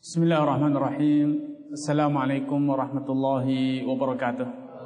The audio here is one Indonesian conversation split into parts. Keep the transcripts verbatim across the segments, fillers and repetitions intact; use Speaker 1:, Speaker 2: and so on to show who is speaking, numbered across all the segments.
Speaker 1: Bismillahirrahmanirrahim. Assalamualaikum warahmatullahi wabarakatuh.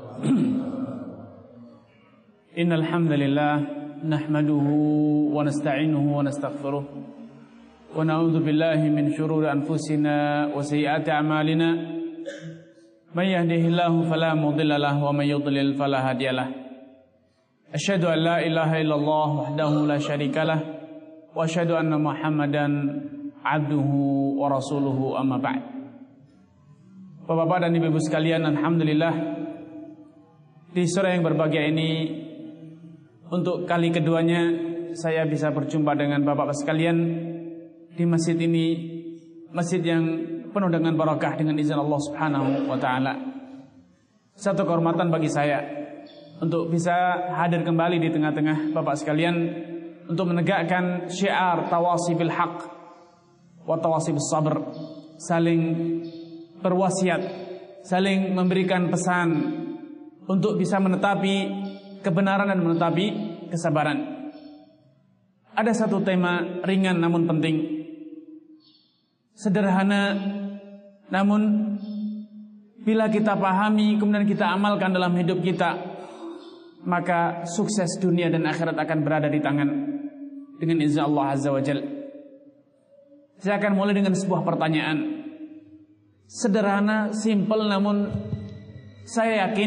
Speaker 1: Innal hamdalillah nahmaduhu wa nasta'inuhu wa nastaghfiruh wa na'udzu billahi min shururi anfusina wa sayyiati a'malina. May yahdihillahu fala mudilla lahu wa may yudlil fala hadiyalah. Asyhadu an la ilaha illallah wahdahu la syarikalah wa asyhadu anna Muhammadan abduhu wa rasuluhu amma ba'd. Bapak-bapak dan ibu-ibu sekalian, alhamdulillah di sore yang berbahagia ini untuk kali keduanya saya bisa berjumpa dengan bapak-bapak sekalian di masjid ini, masjid yang penuh dengan barakah dengan izin Allah Subhanahu wa taala. Satu kehormatan bagi saya untuk bisa hadir kembali di tengah-tengah bapak sekalian untuk menegakkan syiar tawasi bil haq wa tawasi bis sabr, saling berwasiat, saling memberikan pesan untuk bisa menetapi kebenaran dan menetapi kesabaran. Ada satu tema ringan namun penting, sederhana namun bila kita pahami kemudian kita amalkan dalam hidup kita, maka sukses dunia dan akhirat akan berada di tangan dengan izin Allah Azza wa Jalla. Saya akan mulai dengan sebuah pertanyaan sederhana, simple, namun saya yakin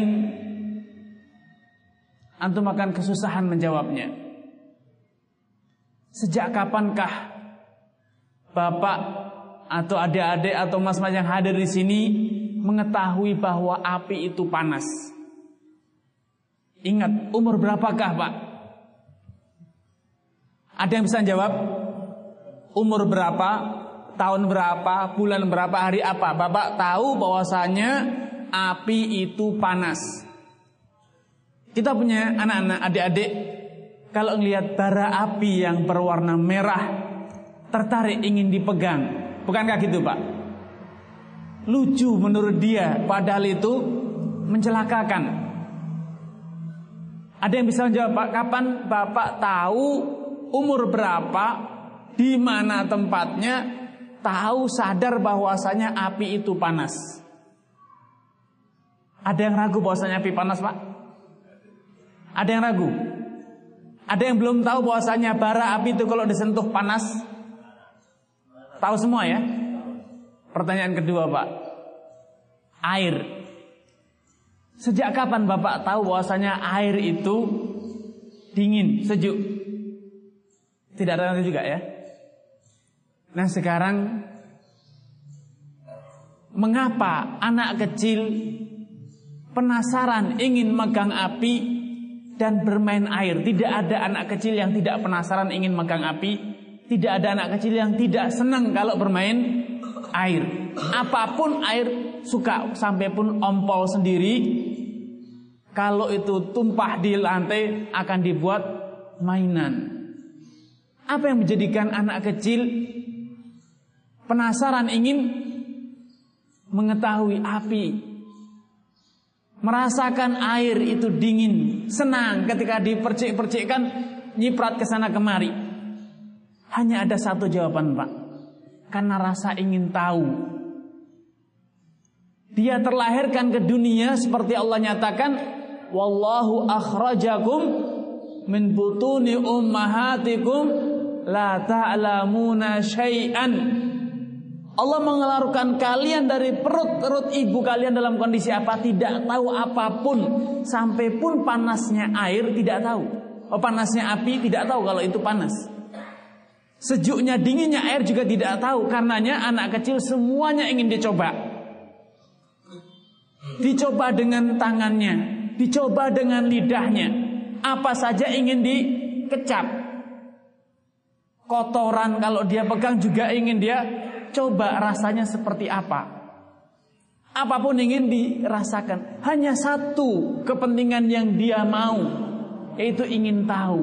Speaker 1: antum akan kesusahan menjawabnya. Sejak kapankah bapak atau adik-adik atau mas-mas yang hadir di sini mengetahui bahwa api itu panas? Ingat, umur berapakah Pak? Ada yang bisa jawab? Umur berapa, tahun berapa, bulan berapa, hari apa bapak tahu bahwasanya api itu panas? Kita punya anak-anak, adik-adik, kalau melihat bara api yang berwarna merah tertarik ingin dipegang, bukankah gitu Pak? Lucu menurut dia, padahal itu mencelakakan. Ada yang bisa menjawab Pak, kapan bapak tahu, umur berapa, di mana tempatnya, tahu sadar bahwasanya api itu panas? Ada yang ragu bahwasanya api panas Pak? Ada yang ragu? Ada yang belum tahu bahwasanya bara api itu kalau disentuh panas? Tahu semua ya? Pertanyaan kedua Pak, air. Sejak kapan bapak tahu bahwasanya air itu dingin, sejuk? Tidak ada nanti juga ya? Nah sekarang, mengapa anak kecil penasaran ingin megang api dan bermain air? Tidak ada anak kecil yang tidak penasaran ingin megang api. Tidak ada anak kecil yang tidak senang kalau bermain air. Apapun air suka, sampai pun ompol sendiri, kalau itu tumpah di lantai akan dibuat mainan. Apa yang menjadikan anak kecil penasaran ingin mengetahui api, merasakan air itu dingin, senang ketika dipercik-percikkan, nyiprat ke sana kemari? Hanya ada satu jawaban Pak, karena rasa ingin tahu. Dia terlahirkan ke dunia seperti Allah nyatakan, wallahu akhrajakum min butuni ummahatikum la ta'lamuna syai'an. Allah mengeluarkan kalian dari perut-perut ibu kalian dalam kondisi apa? Tidak tahu apapun. Sampai pun panasnya air tidak tahu. Oh, panasnya api tidak tahu kalau itu panas. Sejuknya, dinginnya air juga tidak tahu. Karenanya anak kecil semuanya ingin dicoba. Dicoba dengan tangannya, dicoba dengan lidahnya. Apa saja ingin dikecap. Kotoran kalau dia pegang juga ingin dia coba rasanya seperti apa. Apapun ingin dirasakan. Hanya satu kepentingan yang dia mau, yaitu ingin tahu.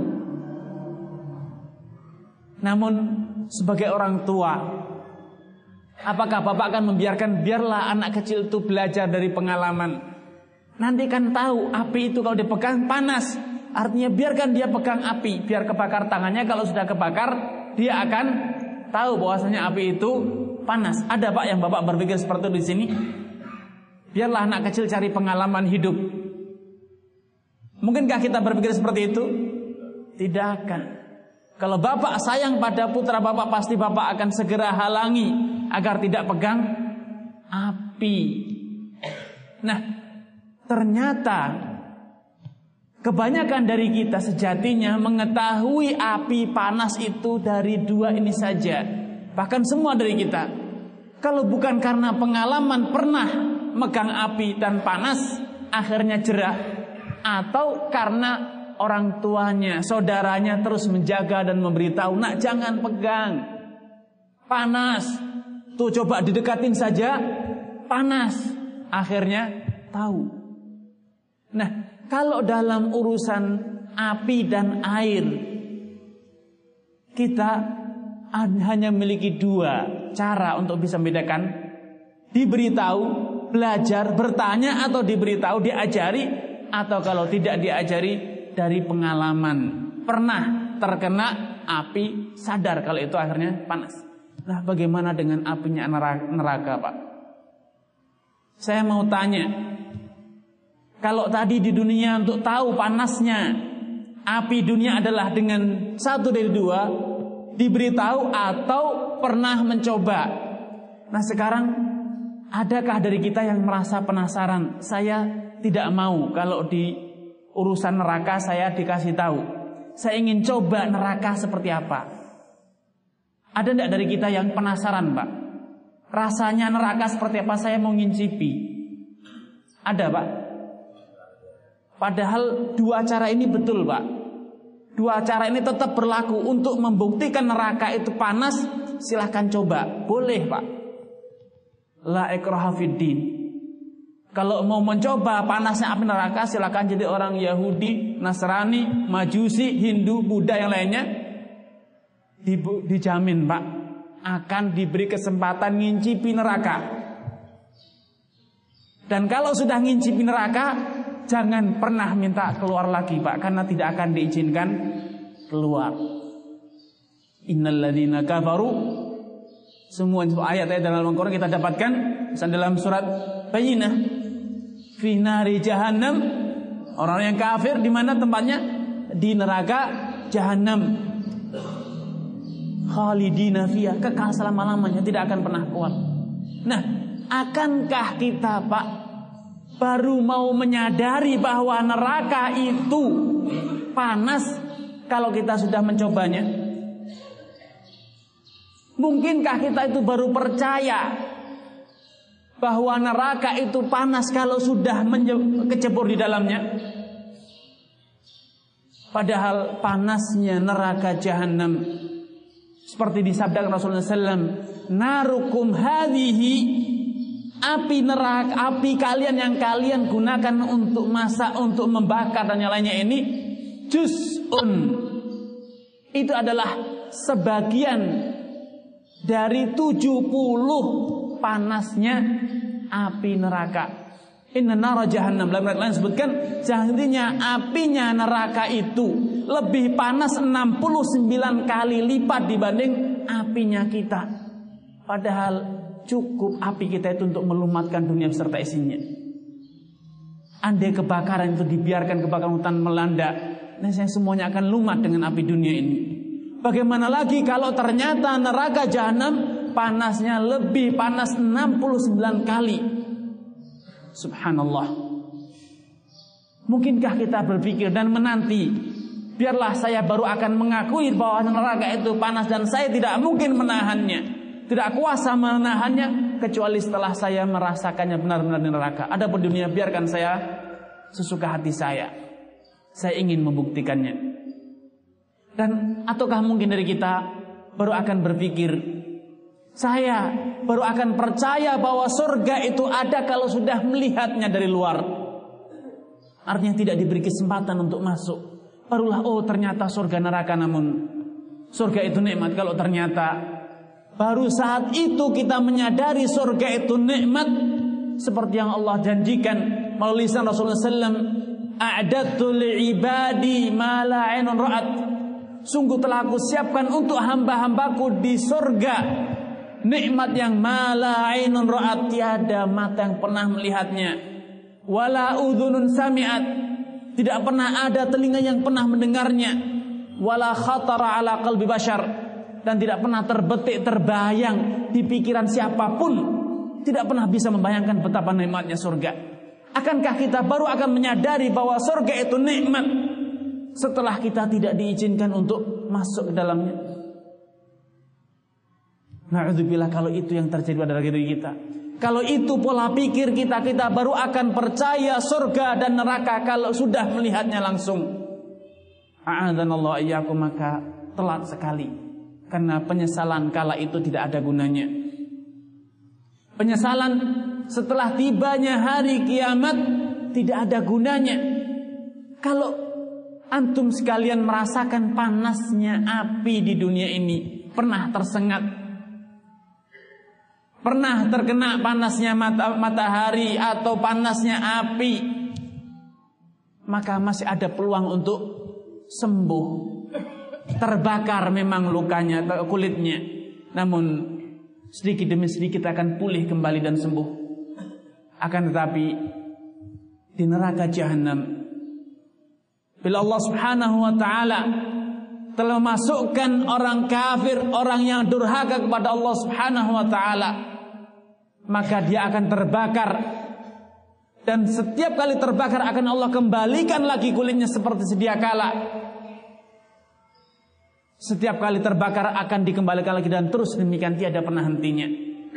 Speaker 1: Namun sebagai orang tua, apakah bapak akan membiarkan biarlah anak kecil itu belajar dari pengalaman? Nanti kan tahu api itu kalau dipegang panas. Artinya biarkan dia pegang api, biar kebakar tangannya. Kalau sudah kebakar, dia akan tahu bahwasanya api itu panas. Ada Pak yang Bapak berpikir seperti itu di sini? Biarlah anak kecil cari pengalaman hidup. Mungkinkah kita berpikir seperti itu? Tidak akan. Kalau Bapak sayang pada putra Bapak, pasti Bapak akan segera halangi agar tidak pegang api. Nah, ternyata kebanyakan dari kita sejatinya mengetahui api panas itu dari dua ini saja. Bahkan semua dari kita. Kalau bukan karena pengalaman pernah megang api dan panas, akhirnya jerah. Atau karena orang tuanya, saudaranya terus menjaga dan memberitahu, nak jangan pegang, panas. Tuh coba didekatin saja, panas. Akhirnya tahu. Nah, kalau dalam urusan api dan air, kita hanya memiliki dua cara untuk bisa membedakan. Diberitahu, belajar, bertanya, atau diberitahu, diajari, atau kalau tidak diajari, dari pengalaman. Pernah terkena api, sadar kalau itu akhirnya panas. Nah, bagaimana dengan apinya neraka, Pak? Saya mau tanya, kalau tadi di dunia untuk tahu panasnya api dunia adalah dengan satu dari dua, diberitahu atau pernah mencoba. Nah, sekarang adakah dari kita yang merasa penasaran? Saya tidak mau kalau di urusan neraka saya dikasih tahu. Saya ingin coba neraka seperti apa. Ada tidak dari kita yang penasaran, Pak? Rasanya neraka seperti apa? Saya mau ngincipi. Ada, Pak? Padahal dua cara ini betul, Pak. Dua cara ini tetap berlaku. Untuk membuktikan neraka itu panas, silahkan coba. Boleh, Pak. La ikraha fiddin. Kalau mau mencoba panasnya api neraka, silahkan jadi orang Yahudi, Nasrani, Majusi, Hindu, Buddha yang lainnya. Dijamin, Pak, akan diberi kesempatan ngincipi neraka. Dan kalau sudah ngincipi neraka, jangan pernah minta keluar lagi, Pak, karena tidak akan diizinkan keluar. Innal ladzina kafaru, semua ayat-ayat dalam Al-Qur'an kita dapatkan dalam surat Bayyinah, fi nari jahannam. Orang yang kafir di mana tempatnya? Di neraka jahannam. Khalidina fiha, kekal selama-lamanya, tidak akan pernah keluar. Nah, akankah kita, Pak, baru mau menyadari bahwa neraka itu panas kalau kita sudah mencobanya? Mungkinkah kita itu baru percaya bahwa neraka itu panas kalau sudah kecebur di dalamnya? Padahal panasnya neraka jahanam, seperti disabdakan Rasulullah sallallahu alaihi wasallam, narukum hadhihi, api neraka, api kalian yang kalian gunakan untuk masak, untuk membakar dan yang lainnya ini, juz'un, itu adalah sebagian dari tujuh puluh panasnya api neraka. Inna nara jahannam, dalam ayat lain sebutkan, sesungguhnya apinya neraka itu lebih panas enam puluh sembilan kali lipat dibanding apinya kita. Padahal cukup api kita itu untuk melumatkan dunia beserta isinya. Andai kebakaran itu dibiarkan, kebakaran hutan melanda, nescaya semuanya akan lumat dengan api dunia ini. Bagaimana lagi kalau ternyata neraka jahanam panasnya lebih panas enam puluh sembilan kali. Subhanallah. Mungkinkah kita berpikir dan menanti, biarlah saya baru akan mengakui bahwa neraka itu panas dan saya tidak mungkin menahannya, tidak kuasa menahannya kecuali setelah saya merasakannya benar-benar di neraka. Adapun dunia biarkan saya sesuka hati saya. Saya ingin membuktikannya. Dan ataukah mungkin dari kita baru akan berpikir, saya baru akan percaya bahwa surga itu ada kalau sudah melihatnya dari luar. Artinya tidak diberi kesempatan untuk masuk. Barulah, oh ternyata surga neraka, namun surga itu nikmat. Kalau ternyata baru saat itu kita menyadari surga itu nikmat, seperti yang Allah janjikan melalui lisan Rasulullah sallallahu alaihi wasallam, a'dadtu li'ibadi ma la 'ainun ra'at. Sungguh telah aku siapkan untuk hamba-hambaku di surga nikmat yang mala ainun ra'at, tiada mata yang pernah melihatnya, wala udhunun sami'at, tidak pernah ada telinga yang pernah mendengarnya, wala khatara ala qalbi bashar, dan tidak pernah terbetik terbayang di pikiran siapapun, tidak pernah bisa membayangkan betapa nikmatnya surga. Akankah kita baru akan menyadari bahwa surga itu nikmat setelah kita tidak diizinkan untuk masuk ke dalamnya? Na'udzubillah kalau itu yang terjadi pada diri kita. Kalau itu pola pikir kita, kita baru akan percaya surga dan neraka kalau sudah melihatnya langsung. A'adzanallahu iyyakum, maka telat sekali. Karena penyesalan kala itu tidak ada gunanya. Penyesalan setelah tibanya hari kiamat tidak ada gunanya. Kalau antum sekalian merasakan panasnya api di dunia ini, pernah tersengat, pernah terkena panasnya mata, matahari atau panasnya api, maka masih ada peluang untuk sembuh. Terbakar memang lukanya, kulitnya, namun sedikit demi sedikit akan pulih kembali dan sembuh. Akan tetapi di neraka jahanam, bila Allah Subhanahu wa ta'ala telah memasukkan orang kafir, orang yang durhaka kepada Allah Subhanahu wa ta'ala, maka dia akan terbakar. Dan setiap kali terbakar akan Allah kembalikan lagi kulitnya seperti sedia kala. Setiap kali terbakar akan dikembalikan lagi, dan terus demikian tiada pernah hentinya.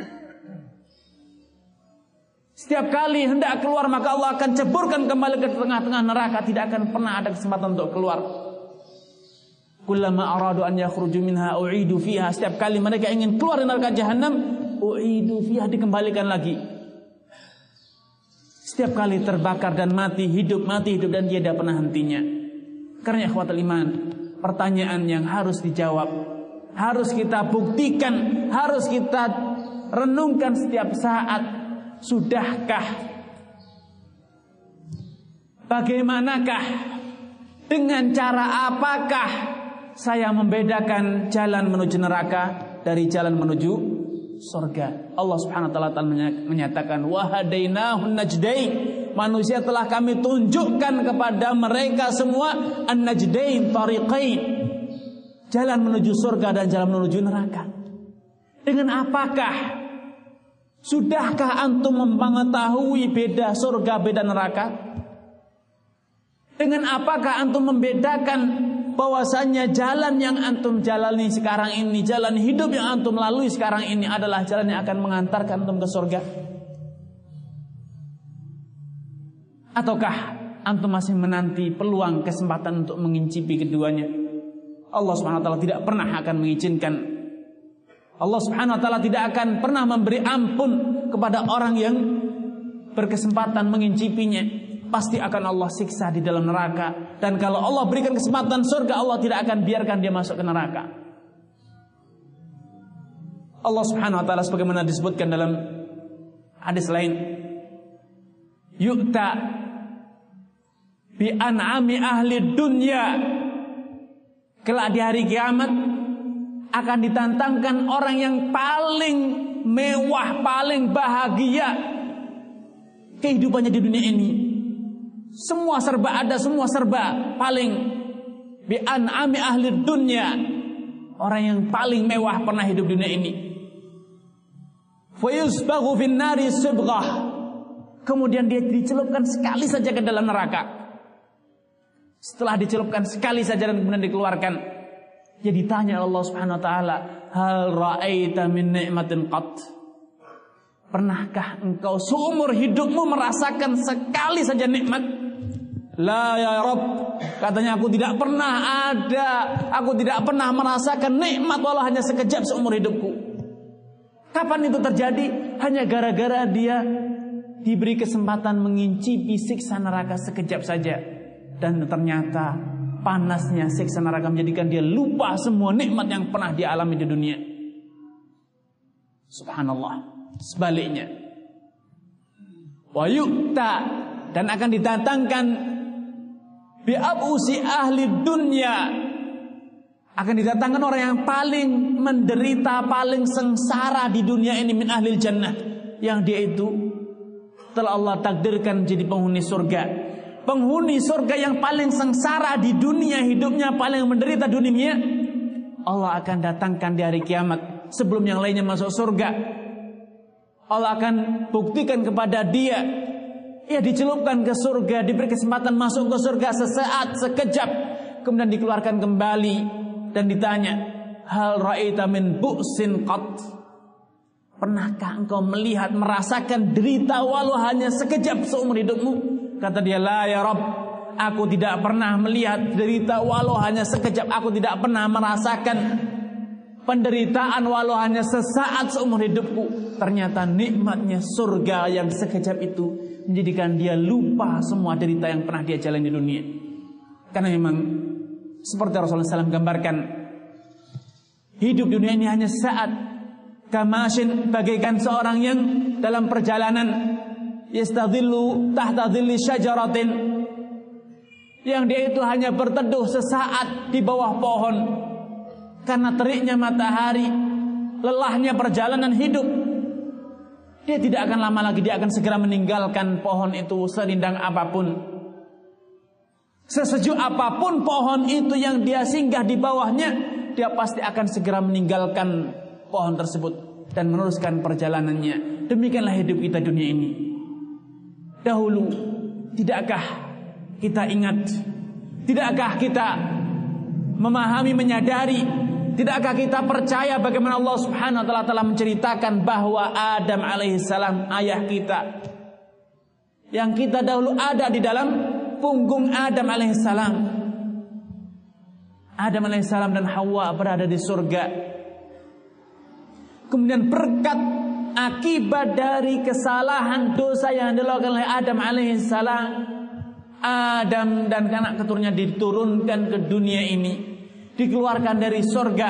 Speaker 1: Setiap kali hendak keluar maka Allah akan ceburkan kembali ke tengah-tengah neraka, tidak akan pernah ada kesempatan untuk keluar. Kullama aradu an yakhruju minha u'idu fiha, setiap kali mereka ingin keluar dari neraka jahanam, u'idu fiha, dikembalikan lagi. Setiap kali terbakar dan mati, hidup, mati, hidup, dan tiada pernah hentinya. Karena ikhwatul iman, pertanyaan yang harus dijawab, harus kita buktikan, harus kita renungkan setiap saat. Sudahkah, bagaimanakah, dengan cara apakah saya membedakan jalan menuju neraka dari jalan menuju surga? Allah Subhanahu wa ta'ala menyatakan, wa hadainahun najdain, manusia telah kami tunjukkan kepada mereka semua an-najdain, tariqain, jalan menuju surga dan jalan menuju neraka. Dengan apakah? Sudahkah antum mengetahui beda surga, beda neraka? Dengan apakah antum membedakan bahwasanya jalan yang antum jalani sekarang ini, jalan hidup yang antum lalui sekarang ini adalah jalan yang akan mengantarkan antum ke surga? Ataukah antum masih menanti peluang, kesempatan untuk mengincipi keduanya? Allah Subhanahu wa ta'ala tidak pernah akan mengizinkan. Allah Subhanahu wa ta'ala tidak akan pernah memberi ampun kepada orang yang berkesempatan mengincipinya. Pasti akan Allah siksa di dalam neraka. Dan kalau Allah berikan kesempatan surga, Allah tidak akan biarkan dia masuk ke neraka. Allah Subhanahu wa ta'ala sebagaimana disebutkan dalam hadis lain, yu'ta bi an'ami ahli dunya, kelak di hari kiamat akan ditantangkan orang yang paling mewah, paling bahagia kehidupannya di dunia ini. Semua serba ada, semua serba paling bi an'ami ahli dunya, orang yang paling mewah pernah hidup di dunia ini. Fa yusbaghu fin nari subghah, kemudian dia dicelupkan sekali saja ke dalam neraka. Setelah dicelupkan sekali saja dan kemudian dikeluarkan, dia ditanya Allah Subhanahu wa ta'ala, hal ra'aita min ni'matin qat, pernahkah engkau seumur hidupmu merasakan sekali saja nikmat? La ya Rabb, katanya aku tidak pernah ada, aku tidak pernah merasakan nikmat walau hanya sekejap seumur hidupku. Kapan itu terjadi? Hanya gara-gara dia diberi kesempatan mengincipi siksa neraka sekejap saja, dan ternyata panasnya siksa neraka menjadikan dia lupa semua nikmat yang pernah dia alami di dunia. Subhanallah. Sebaliknya, wa yu'ta, dan akan didatangkan bi abusi ahli dunya, akan didatangkan orang yang paling menderita, paling sengsara di dunia ini min ahlil jannah, yang dia itu telah Allah takdirkan jadi penghuni surga. Penghuni surga yang paling sengsara di dunia, hidupnya paling menderita dunia, Allah akan datangkan di hari kiamat sebelum yang lainnya masuk surga. Allah akan buktikan kepada dia, ia dicelupkan ke surga, diberi kesempatan masuk ke surga sesaat, sekejap, kemudian dikeluarkan kembali dan ditanya, hal ra'aita min bu'sin qat? Pernahkah engkau melihat, merasakan derita walau hanya sekejap seumur hidupmu? Kata dia, la ya Rabb, aku tidak pernah melihat derita walau hanya sekejap. Aku tidak pernah merasakan penderitaan walau hanya sesaat seumur hidupku. Ternyata nikmatnya surga yang sekejap itu menjadikan dia lupa semua derita yang pernah dia jalani di dunia. Karena memang seperti Rasulullah shallallahu alaihi wasallam gambarkan, hidup dunia ini hanya saat. Kamashin, bagaikan seorang yang dalam perjalanan, yastadhillu tahta dhilli syajaratin, yang dia itu hanya berteduh sesaat di bawah pohon karena teriknya matahari, lelahnya perjalanan hidup. Dia tidak akan lama lagi, dia akan segera meninggalkan pohon itu, serindang apapun, sesejuk apapun pohon itu yang dia singgah di bawahnya, dia pasti akan segera meninggalkan pohon tersebut dan meneruskan perjalanannya. Demikianlah hidup kita dunia ini. Dahulu, tidakkah kita ingat, tidakkah kita memahami, menyadari, tidakkah kita percaya bagaimana Allah Subhanahu wa taala telah menceritakan bahwa Adam alaihissalam, ayah kita, yang kita dahulu ada di dalam punggung Adam alaihissalam. Adam alaihissalam dan Hawa berada di surga. Kemudian berkat akibat dari kesalahan dosa yang dilakukan oleh Adam alaihissalam, Adam dan anak keturunannya diturunkan ke dunia ini, dikeluarkan dari surga,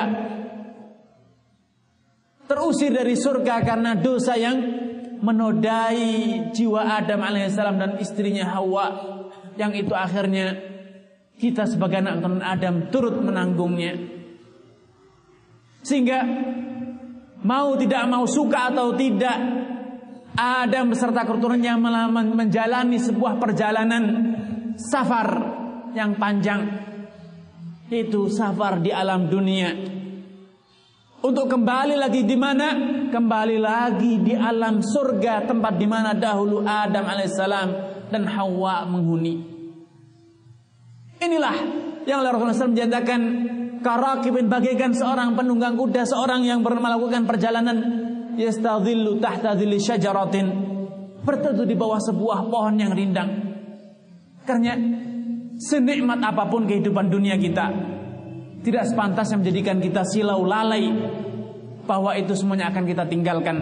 Speaker 1: terusir dari surga karena dosa yang menodai jiwa Adam alaihissalam dan istrinya Hawa, yang itu akhirnya kita sebagai anak keturunan Adam turut menanggungnya. Sehingga mau tidak mau, suka atau tidak, Adam beserta keturunannya menjalani sebuah perjalanan safar yang panjang, yaitu safar di alam dunia, untuk kembali lagi di mana? Kembali lagi di alam surga, tempat di mana dahulu Adam alaihissalam dan Hawa menghuni. Inilah yang Rasulullah shallallahu alaihi wasallam menyatakan, karakibin, bagaikan seorang penunggang kuda, seorang yang melakukan perjalanan, yastadhillu tahta dhilli syajaratin, berteduh di bawah sebuah pohon yang rindang. Karena senikmat apapun kehidupan dunia kita, tidak sepantasnya menjadikan kita silau lalai bahwa itu semuanya akan kita tinggalkan.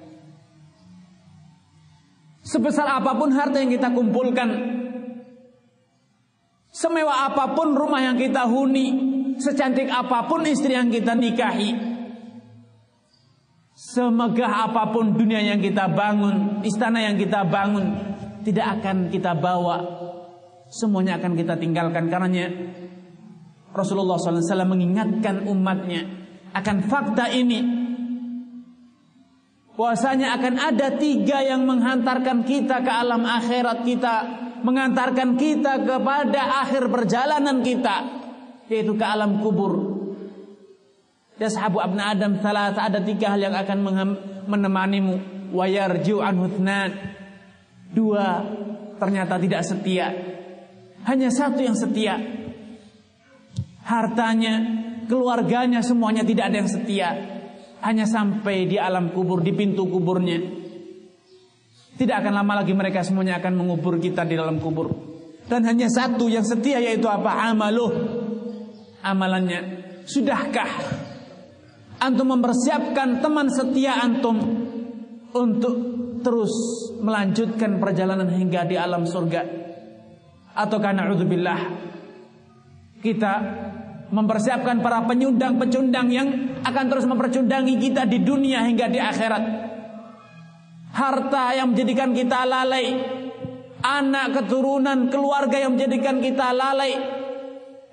Speaker 1: Sebesar apapun harta yang kita kumpulkan, semewah apapun rumah yang kita huni, secantik apapun istri yang kita nikahi, semegah apapun dunia yang kita bangun, istana yang kita bangun, tidak akan kita bawa, semuanya akan kita tinggalkan. Karenanya Rasulullah shallallahu alaihi wasallam mengingatkan umatnya akan fakta ini, bahwasanya akan ada tiga yang menghantarkan kita ke alam akhirat kita, mengantarkan kita kepada akhir perjalanan kita, yaitu ke alam kubur. Yashabu abna Adam thalatha, ada tiga hal yang akan menemanimu. Wa yarji'u anhu thnan, dua ternyata tidak setia, hanya satu yang setia. Hartanya, keluarganya, semuanya tidak ada yang setia. Hanya sampai di alam kubur, di pintu kuburnya. Tidak akan lama lagi mereka semuanya akan mengubur kita di dalam kubur. Dan hanya satu yang setia, yaitu apa? Amaluh, amalannya. Sudahkah antum mempersiapkan teman setia antum untuk terus melanjutkan perjalanan hingga di alam surga? Ataukah na'udzubillah kita mempersiapkan para penyundang-pecundang yang akan terus mempercundangi kita di dunia hingga di akhirat? Harta yang menjadikan kita lalai, anak keturunan keluarga yang menjadikan kita lalai,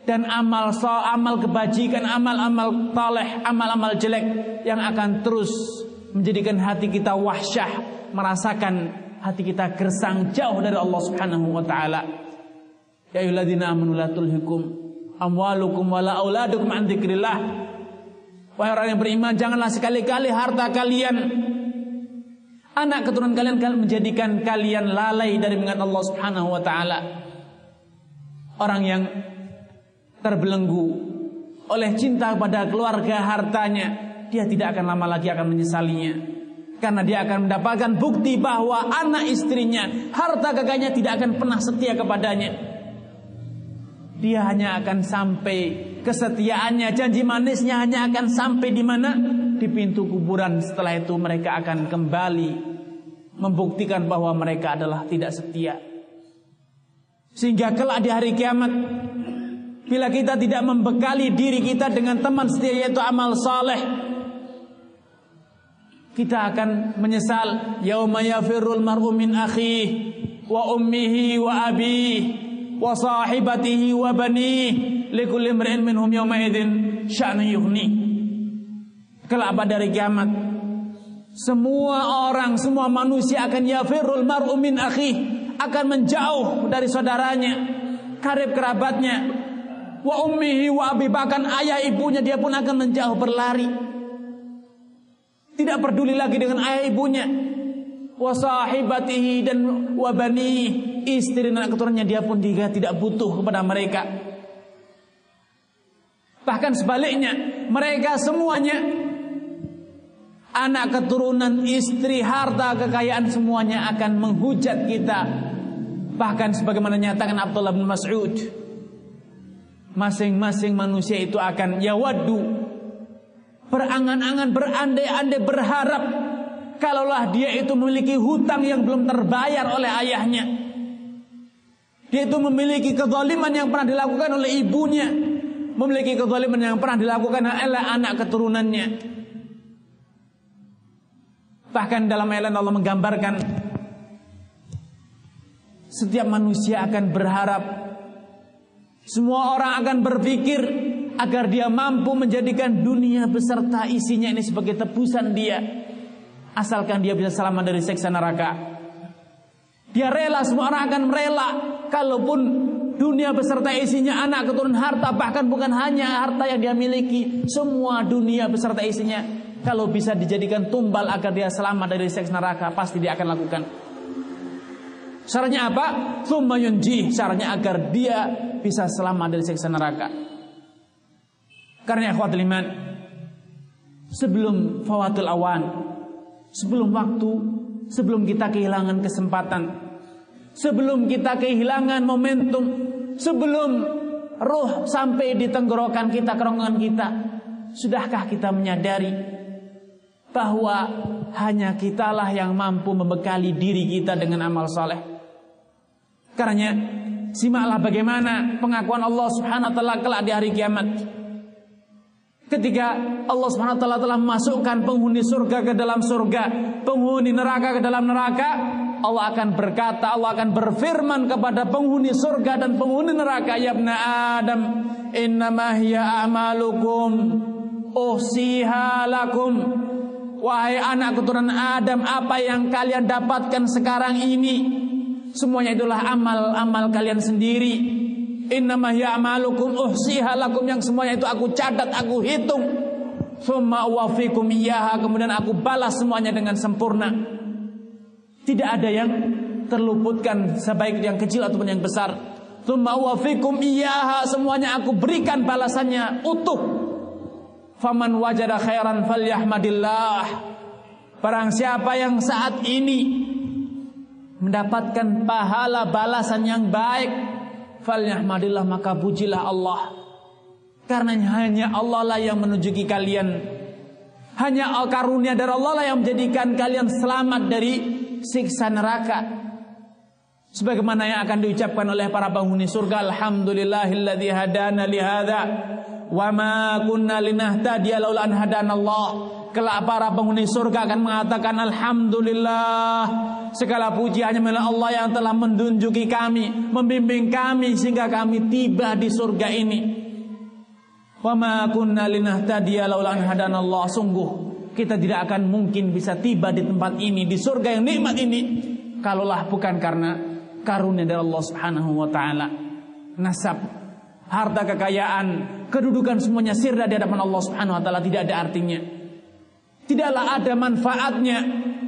Speaker 1: dan amal so, amal kebajikan, amal-amal taleh, amal-amal jelek yang akan terus menjadikan hati kita wahsyah, merasakan hati kita gersang jauh dari Allah Subhanahu wa taala. Ya ayyuhalladzina amanu la tulhikum amwalukum wala auladukum an dzikrillah. Wahai orang yang beriman, janganlah sekali-kali harta kalian, anak keturunan kalian menjadikan kalian lalai dari mengingat Allah Subhanahu wa taala. Orang yang terbelenggu oleh cinta pada keluarga hartanya, dia tidak akan lama lagi akan menyesalinya, karena dia akan mendapatkan bukti bahwa anak istrinya, harta kekayanya tidak akan pernah setia kepadanya. Dia hanya akan sampai kesetiaannya, janji manisnya hanya akan sampai di mana? Di pintu kuburan. Setelah itu mereka akan kembali membuktikan bahwa mereka adalah tidak setia. Sehingga kelak di hari kiamat, bila kita tidak membekali diri kita dengan teman setia yaitu amal saleh, kita akan menyesal. Yauma yafirrul mar'u min akhihi wa ummihi wa abihi wa sahibatihi wa banihi likulli imrin minhum yawma idzin sya'nun yughni. Kelak pada hari kiamat, semua orang, semua manusia akan yafirrul mar'u min akhihi, akan menjauh dari saudaranya, karib kerabatnya, wa ummihi wa abi, bahkan ayah ibunya dia pun akan menjauh, berlari. Tidak peduli lagi dengan ayah ibunya. Wa sahibatihi dan wa bani, istri dan keturunannya dia pun juga tidak butuh kepada mereka. Bahkan sebaliknya, mereka semuanya, anak keturunan, istri, harta, kekayaan, semuanya akan menghujat kita. Bahkan sebagaimana nyatakan Abdullah bin Mas'ud, masing-masing manusia itu akan yawaddu, berangan-angan, berandai-andai, berharap kalaulah dia itu memiliki hutang yang belum terbayar oleh ayahnya, dia itu memiliki kezaliman yang pernah dilakukan oleh ibunya, memiliki kezaliman yang pernah dilakukan oleh anak keturunannya. Bahkan dalam ayat Allah menggambarkan setiap manusia akan berharap, semua orang akan berpikir agar dia mampu menjadikan dunia beserta isinya ini sebagai tebusan dia, asalkan dia bisa selamat dari siksa neraka. Dia rela, semua orang akan rela, kalaupun dunia beserta isinya, anak keturunan, harta, bahkan bukan hanya harta yang dia miliki, semua dunia beserta isinya, kalau bisa dijadikan tumbal agar dia selamat dari siksa neraka, pasti dia akan lakukan. Syaratnya apa? Tsumma yunji, syaratnya agar dia bisa selamat dari siksa neraka. Karena ikhwatul iman, sebelum fawatul awan, sebelum waktu, sebelum kita kehilangan kesempatan, sebelum kita kehilangan momentum, sebelum roh sampai di tenggorokan kita, kerongkongan kita, sudahkah kita menyadari bahwa hanya kitalah yang mampu membekali diri kita dengan amal saleh? Karena simaklah bagaimana pengakuan Allah Subhanahu wa taala kelak di hari kiamat. Ketika Allah Subhanahu wa taala telah memasukkan penghuni surga ke dalam surga, penghuni neraka ke dalam neraka, Allah akan berkata, Allah akan berfirman kepada penghuni surga dan penghuni neraka, ya ibna Adam, innama hiya a'malukum uhsiha lakum. Wahai anak keturunan Adam, apa yang kalian dapatkan sekarang ini, semuanya itulah amal-amal kalian sendiri. Innama hiya a'malukum uhsiha lakum, yang semuanya itu aku catat, aku hitung. Tsumma uwaffikum iyyaha, kemudian aku balas semuanya dengan sempurna. Tidak ada yang terluputkan, sebaik yang kecil ataupun yang besar. Tsumma uwaffikum iyyaha, semuanya aku berikan balasannya utuh. Faman wajada khairan falyahmadillah, barang siapa yang saat ini mendapatkan pahala balasan yang baik, falyahmadillah, maka pujilah Allah. Karena hanya Allah lah yang menunjuki kalian, hanya karunia dari Allah lah yang menjadikan kalian selamat dari siksa neraka. Sebagaimana yang akan diucapkan oleh para penghuni surga, alhamdulillahilladzi hadana lihadza wa ma kunna linahtadiya laula an hadanallah. Kelak para penghuni surga akan mengatakan, alhamdulillah, segala puji hanya milik Allah yang telah menunjuki kami, membimbing kami sehingga kami tiba di surga ini. Wa ma kunna linahtadiya laula an hadanallah. Sungguh kita tidak akan mungkin bisa tiba di tempat ini, di surga yang nikmat ini, kalaulah bukan karena karunia dari Allah Subhanahu wa taala. Nasab, harta, kekayaan, kedudukan semuanya sirna di hadapan Allah Subhanahu wa taala tidak ada artinya. Tidaklah ada manfaatnya.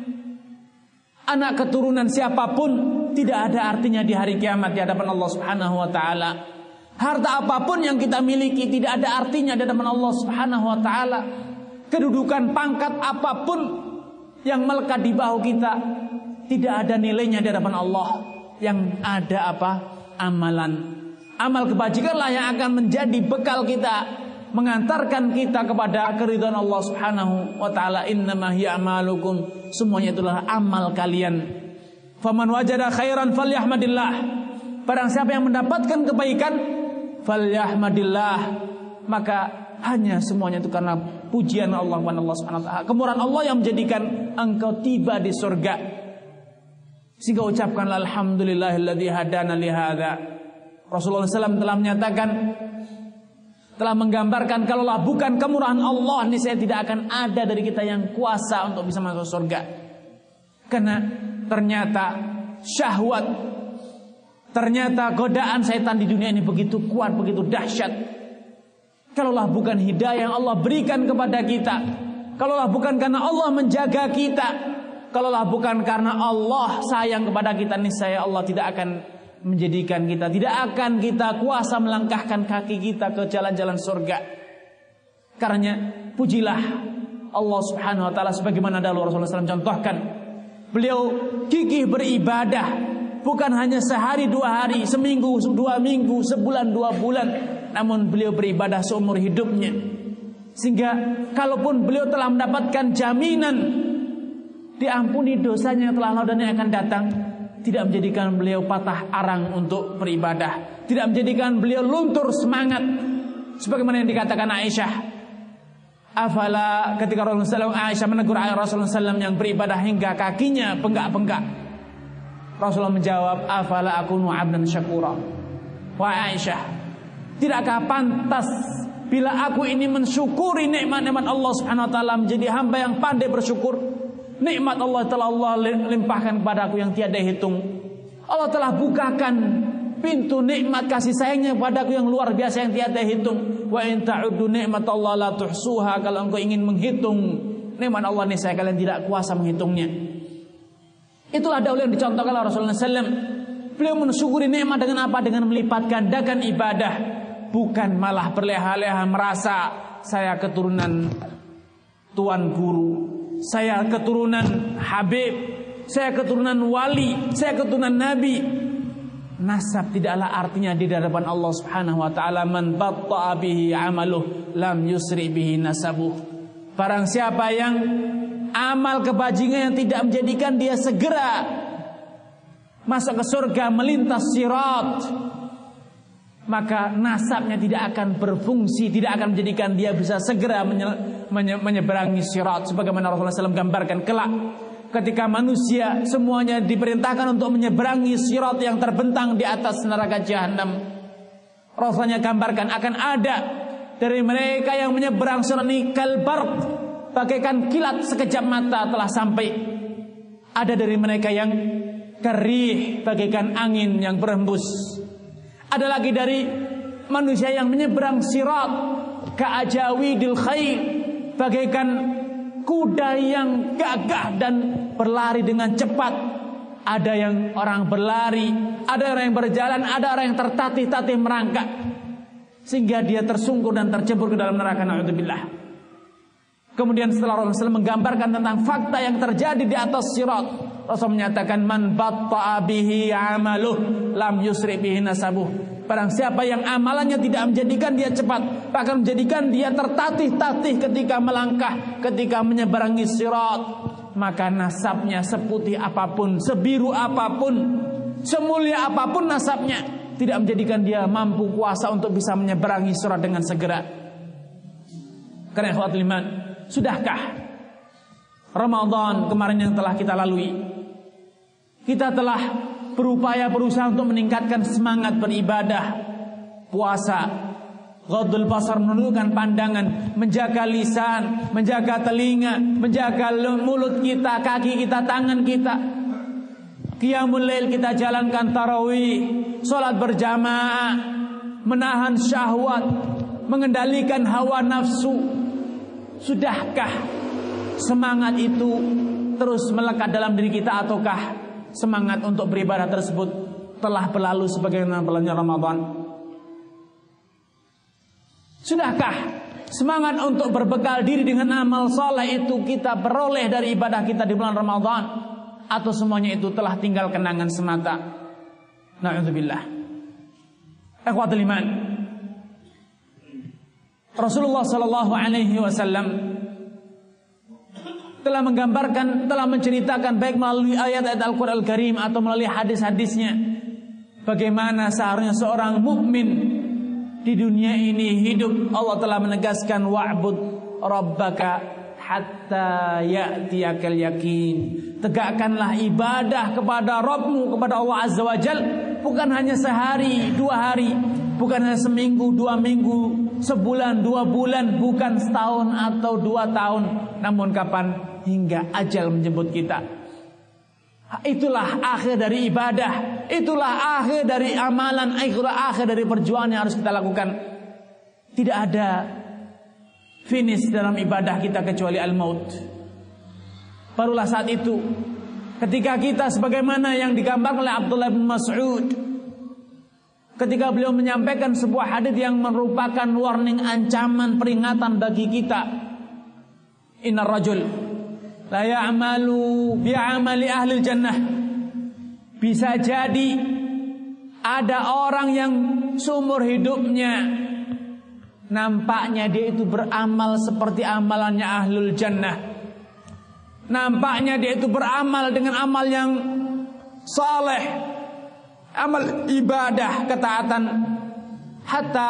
Speaker 1: Anak keturunan siapapun tidak ada artinya di hari kiamat di hadapan Allah Subhanahu wa taala. Harta apapun yang kita miliki tidak ada artinya di hadapan Allah Subhanahu wa taala. Kedudukan pangkat apapun yang melekat di bahu kita tidak ada nilainya di hadapan Allah. Yang ada apa? Amalan. Amal kebajikanlah yang akan menjadi bekal kita, mengantarkan kita kepada keridhaan Allah Subhanahu wa taala. Innama hiya amalukum, semuanya itulah amal kalian. Faman wajada khairan falyahmadillah. Barang siapa yang mendapatkan kebaikan, falyahmadillah, maka hanya semuanya itu karena pujian Allah kepada Allah Subhanahu wa taala. Kemurahan Allah yang menjadikan engkau tiba di surga. Sehingga ucapkanlah alhamdulillahilladzi hadana li hadza. Rasulullah shallallahu alaihi wasallam telah menyatakan, telah menggambarkan, kalaulah bukan kemurahan Allah, niscaya tidak akan ada dari kita yang kuasa untuk bisa masuk surga. Karena ternyata syahwat, ternyata godaan setan di dunia ini begitu kuat, begitu dahsyat. Kalaulah bukan hidayah yang Allah berikan kepada kita, kalaulah bukan karena Allah menjaga kita, kalaulah bukan karena Allah sayang kepada kita, niscaya Allah tidak akan menjadikan kita, tidak akan kita kuasa melangkahkan kaki kita ke jalan-jalan surga. Karena pujilah Allah Subhanahu wa taala sebagaimana dahulu Rasulullah shallallahu alaihi wasallam contohkan. Beliau gigih beribadah, bukan hanya sehari dua hari, seminggu dua minggu, sebulan dua bulan, namun beliau beribadah seumur hidupnya. Sehingga kalaupun beliau telah mendapatkan jaminan diampuni dosanya telah lalu dan yang akan datang, tidak menjadikan beliau patah arang untuk beribadah, tidak menjadikan beliau luntur semangat. Sebagaimana yang dikatakan Aisyah, afala, ketika Rasulullah shallallahu alaihi wasallam, Aisyah menegur Rasulullah shallallahu alaihi wasallam yang beribadah hingga kakinya bengkak-bengkak. Rasulullah menjawab, afala akunu abdan syakura. Wahai Aisyah, tidakkah pantas bila aku ini mensyukuri nikmat-nikmat Allah Subhanahu wa taala, menjadi hamba yang pandai bersyukur. Nikmat Allah telah Allah limpahkan kepada aku yang tiada hitung. Allah telah bukakan pintu nikmat kasih sayangnya padaku yang luar biasa yang tiada hitung. Wa in ta'uddu nikmatallahi la tuhsuha. Kalau engkau ingin menghitung nikmat Allah, niscaya kalian tidak kuasa menghitungnya. Itulah dahulu yang dicontohkan oleh Rasulullah shallallahu alaihi wasallam. Beliau mensyukuri nikmat dengan apa? Dengan melipat gandakan ibadah, bukan malah berleha-leha merasa saya keturunan tuan guru, saya keturunan Habib, saya keturunan wali, saya keturunan nabi. Nasab tidaklah artinya di hadapan Allah Subhanahu wa taala. Man batta'a bihi 'amaluh lam yusri bihi nasabuh. Barang siapa yang amal kebajikan yang tidak menjadikan dia segera masuk ke surga, melintas sirat, maka nasabnya tidak akan berfungsi, tidak akan menjadikan dia bisa segera menye- menye- menyeberangi sirat. Sebagaimana Rasulullah shallallahu alaihi wasallam gambarkan kelak ketika manusia semuanya diperintahkan untuk menyeberangi sirat yang terbentang di atas neraka jahanam. Rasulullah gambarkan akan ada dari mereka yang menyeberang sirat ini kalbar, bagaikan kilat sekejap mata telah sampai. Ada dari mereka yang kerih, bagaikan angin yang berhembus. Ada lagi dari manusia yang menyeberang sirat ka'ajawidil khail, bagaikan kuda yang gagah dan berlari dengan cepat. Ada yang orang berlari, ada orang yang berjalan, ada orang yang tertatih-tatih merangkak, sehingga dia tersungkur dan tercebur ke dalam neraka, na'udzubillah. Kemudian setelah Rasulullah shallallahu alaihi wasallam menggambarkan tentang fakta yang terjadi di atas sirat, Rasul menyatakan, man batta'a bihi 'amaluh lam yusri bihi nasabuh. Barang siapa yang amalannya tidak menjadikan dia cepat, bahkan menjadikan dia tertatih-tatih ketika melangkah, ketika menyeberangi sirat, maka nasabnya seputih apapun, sebiru apapun, semulia apapun nasabnya, tidak menjadikan dia mampu kuasa untuk bisa menyeberangi sirat dengan segera. Karena ikhwatul iman, sudahkah Ramadan kemarin yang telah kita lalui, kita telah berupaya berusaha untuk meningkatkan semangat beribadah, puasa, ghadul basar, menundukkan pandangan, menjaga lisan, menjaga telinga, menjaga mulut kita, kaki kita, tangan kita. Qiyamul lail kita jalankan, tarawih, salat berjamaah, menahan syahwat, mengendalikan hawa nafsu. Sudahkah semangat itu terus melekat dalam diri kita, ataukah semangat untuk beribadah tersebut telah berlalu sebagaimana berlalunya Ramadan? Sudahkah semangat untuk berbekal diri dengan amal saleh itu kita peroleh dari ibadah kita di bulan Ramadan, atau semuanya itu telah tinggal kenangan semata? Na'udzubillah. Ikhwatul iman, Rasulullah sallallahu alaihi wasallam telah menggambarkan, telah menceritakan baik melalui ayat-ayat Al-Qur'an Al-Karim atau melalui hadis-hadisnya, bagaimana seharusnya seorang mukmin di dunia ini hidup. Allah telah menegaskan, wa'bud rabbaka hatta ya'tiyakal yakin. Tegakkanlah ibadah kepada Rabbmu, kepada Allah Azza wa Jal, bukan hanya sehari, dua hari, bukan hanya seminggu, dua minggu, sebulan, dua bulan, bukan setahun atau dua tahun, namun kapan? Hingga ajal menjemput kita. Itulah akhir dari ibadah, itulah akhir dari amalan, itulah akhir dari perjuangan yang harus kita lakukan. Tidak ada finish dalam ibadah kita kecuali al-maut. Barulah saat itu, ketika kita sebagaimana yang digambarkan oleh Abdullah bin Mas'ud, ketika beliau menyampaikan sebuah hadis yang merupakan warning, ancaman, peringatan bagi kita. Innar rajul la ya'malu bi'amali ahli jannah. Bisa jadi ada orang yang seumur hidupnya nampaknya dia itu beramal seperti amalannya ahlul jannah. Nampaknya dia itu beramal dengan amal yang saleh, amal ibadah, ketaatan, hatta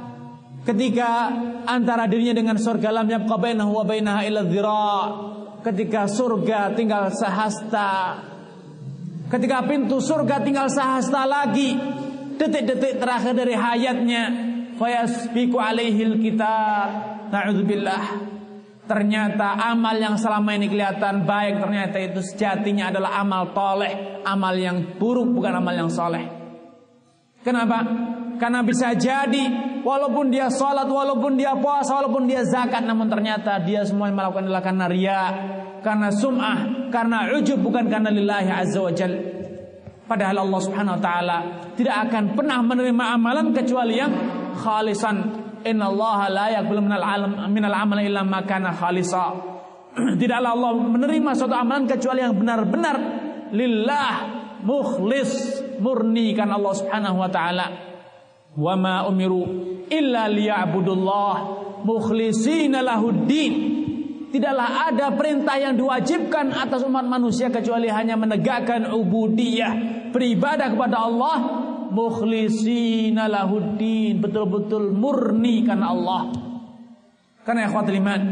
Speaker 1: ketika antara dirinya dengan surga lam yabqa bainahu wa bainaha illa dhira'. Ketika surga tinggal sehasta, ketika pintu surga tinggal sehasta lagi, detik-detik terakhir dari hayatnya, fayasbiqu alaihil kitab. Na'udzubillah. Ternyata amal yang selama ini kelihatan baik, ternyata itu sejatinya adalah amal toleh, amal yang buruk, bukan amal yang soleh. Kenapa? Karena bisa jadi walaupun dia sholat, walaupun dia puasa, walaupun dia zakat, namun ternyata dia semua melakukan adalah karena riya, karena sum'ah, karena ujub, bukan karena lillahi azza wa jal. Padahal Allah subhanahu wa ta'ala tidak akan pernah menerima amalan kecuali yang khalisan. Inna Allah la yaqbalu minal alam minal amal illa ma kana khalisa. Tidaklah Allah menerima suatu amalan kecuali yang benar-benar lillah, mukhlis, murni karena Allah Subhanahu wa taala. Wa ma umiru illa liya'budullah mukhlishina lahuddin. Tidaklah ada perintah yang diwajibkan atas umat manusia kecuali hanya menegakkan ubudiyah, beribadah kepada Allah, mukhlishina lahuddin, betul-betul murni karena Allah. Karena ikhwatul iman,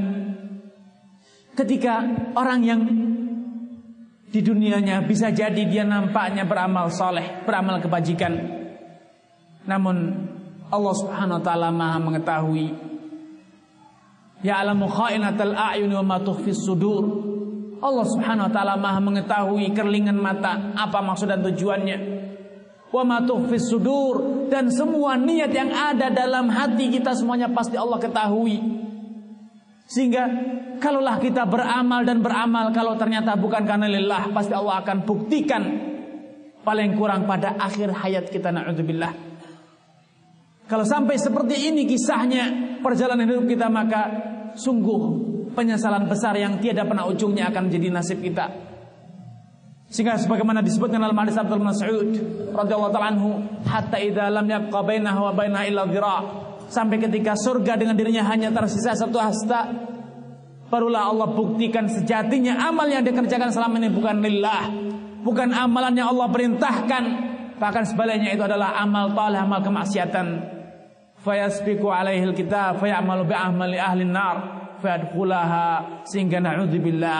Speaker 1: ketika orang yang di dunianya bisa jadi dia nampaknya beramal saleh, beramal kebajikan, namun Allah Subhanahu wa taala Maha mengetahui, ya'lamu kha'inatal a'yun wa ma tukhfis sudur. Allah Subhanahu wa taala Maha mengetahui kerlingan mata, apa maksud dan tujuannya. Wa ma tukhfis sudur, dan semua niat yang ada dalam hati kita semuanya pasti Allah ketahui. Sehingga kalaulah kita beramal dan beramal, kalau ternyata bukan karena lillah, pasti Allah akan buktikan paling kurang pada akhir hayat kita, na'udzubillah. Kalau sampai seperti ini kisahnya perjalanan hidup kita, maka sungguh penyesalan besar yang tiada pernah ujungnya akan menjadi nasib kita. Sehingga sebagaimana disebutkan dalam hadis Abdul Mas'ud radhiyallahu ta'ala anhu, hatta idza lam yabqa bainahu wa bainaha illa dhira', sampai ketika surga dengan dirinya hanya tersisa satu hasta, barulah Allah buktikan sejatinya amal yang dikerjakan selama ini bukan lillah, bukan amalan yang Allah perintahkan, bahkan sebaliknya itu adalah amal talih, amal kemaksiatan. Fayasbiqu alaihil kitab fayamalu bi'amali ahli nar fayadkhulaha, sehingga na'udzubillah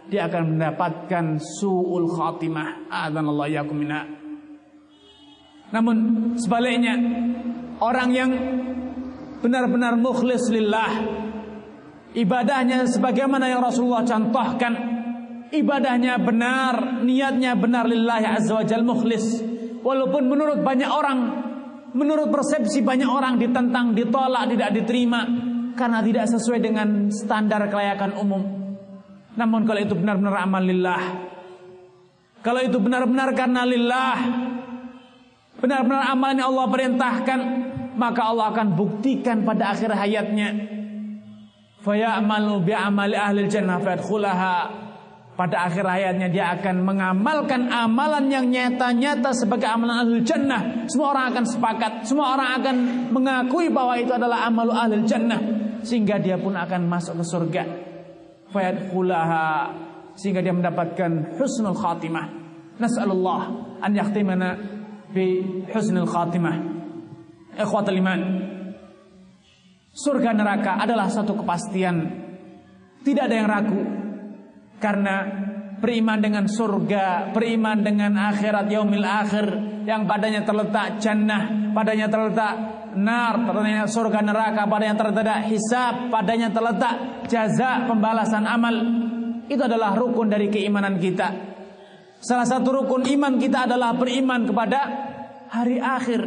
Speaker 1: dia akan mendapatkan su'ul khatimah. A'adzanallahu iyyakum minha. Namun sebaliknya, orang yang benar-benar mukhlis lillah, ibadahnya sebagaimana yang Rasulullah contohkan, ibadahnya benar, niatnya benar lillahi azza wajal, mukhlis. Walaupun menurut banyak orang, menurut persepsi banyak orang ditentang, ditolak, tidak diterima karena tidak sesuai dengan standar kelayakan umum. Namun kalau itu benar-benar amal lillah, kalau itu benar-benar karena lillah, benar-benar amal yang Allah perintahkan, maka Allah akan buktikan pada akhir hayatnya. Faya'malu bi'amali ahlil jannah fayadkhulaha. Pada akhir hayatnya dia akan mengamalkan amalan yang nyata-nyata sebagai amalan ahlul jannah. Semua orang akan sepakat, semua orang akan mengakui bahwa itu adalah amalu ahlul jannah, sehingga dia pun akan masuk ke surga. Fayadkhulaha, sehingga dia mendapatkan husnul khatimah. Nas'alullah an yakhtimana bi husnul khatimah. Ikhwatul iman, surga neraka adalah satu kepastian, tidak ada yang ragu. Karena beriman dengan surga, beriman dengan akhirat, yaumil akhir, yang padanya terletak jannah, padanya terletak nar, padanya surga neraka, padanya terletak hisab, padanya terletak jaza, pembalasan amal. Itu adalah rukun dari keimanan kita. Salah satu rukun iman kita adalah beriman kepada hari akhir.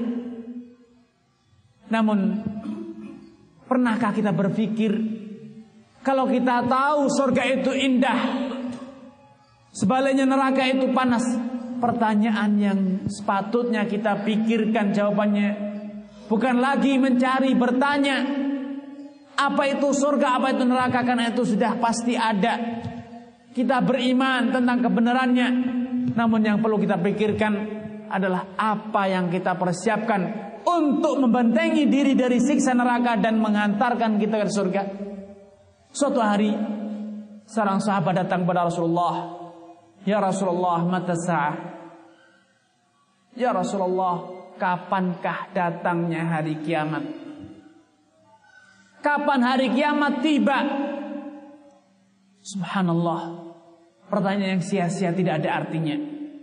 Speaker 1: Namun, pernahkah kita berpikir, kalau kita tahu surga itu indah, sebaliknya neraka itu panas? Pertanyaan yang sepatutnya kita pikirkan jawabannya bukan lagi mencari bertanya apa itu surga, apa itu neraka, karena itu sudah pasti ada. Kita beriman tentang kebenarannya. Namun yang perlu kita pikirkan adalah apa yang kita persiapkan untuk membentengi diri dari siksa neraka dan mengantarkan kita ke surga. Suatu hari seorang sahabat datang kepada Rasulullah. Ya Rasulullah, mata sa'ah? Ya Rasulullah, kapankah datangnya hari kiamat? Kapan hari kiamat tiba? Subhanallah, pertanyaan yang sia-sia, tidak ada artinya,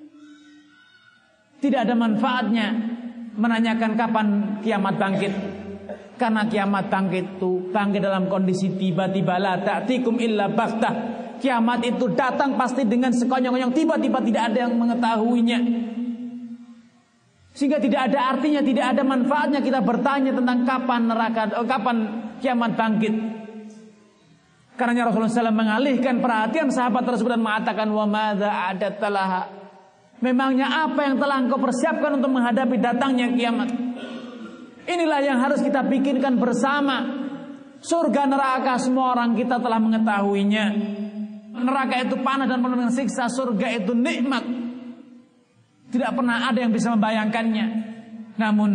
Speaker 1: tidak ada manfaatnya menanyakan kapan kiamat bangkit. Karena kiamat bangkit itu bangkit dalam kondisi tiba-tiba, la ta'tikum illa baghtah. Kiamat itu datang pasti dengan sekonyong-konyong, tiba-tiba, tidak ada yang mengetahuinya. Sehingga tidak ada artinya, tidak ada manfaatnya kita bertanya tentang kapan neraka, oh, kapan kiamat bangkit. Karena Rasulullah shallallahu alaihi wasallam mengalihkan perhatian sahabat tersebut dan mengatakan, wa madza a'adatta laha? Memangnya apa yang telah engkau persiapkan untuk menghadapi datangnya kiamat? Inilah yang harus kita pikirkan bersama. Surga neraka semua orang kita telah mengetahuinya. Neraka itu panas dan penuh dengan siksa, surga itu nikmat. Tidak pernah ada yang bisa membayangkannya. Namun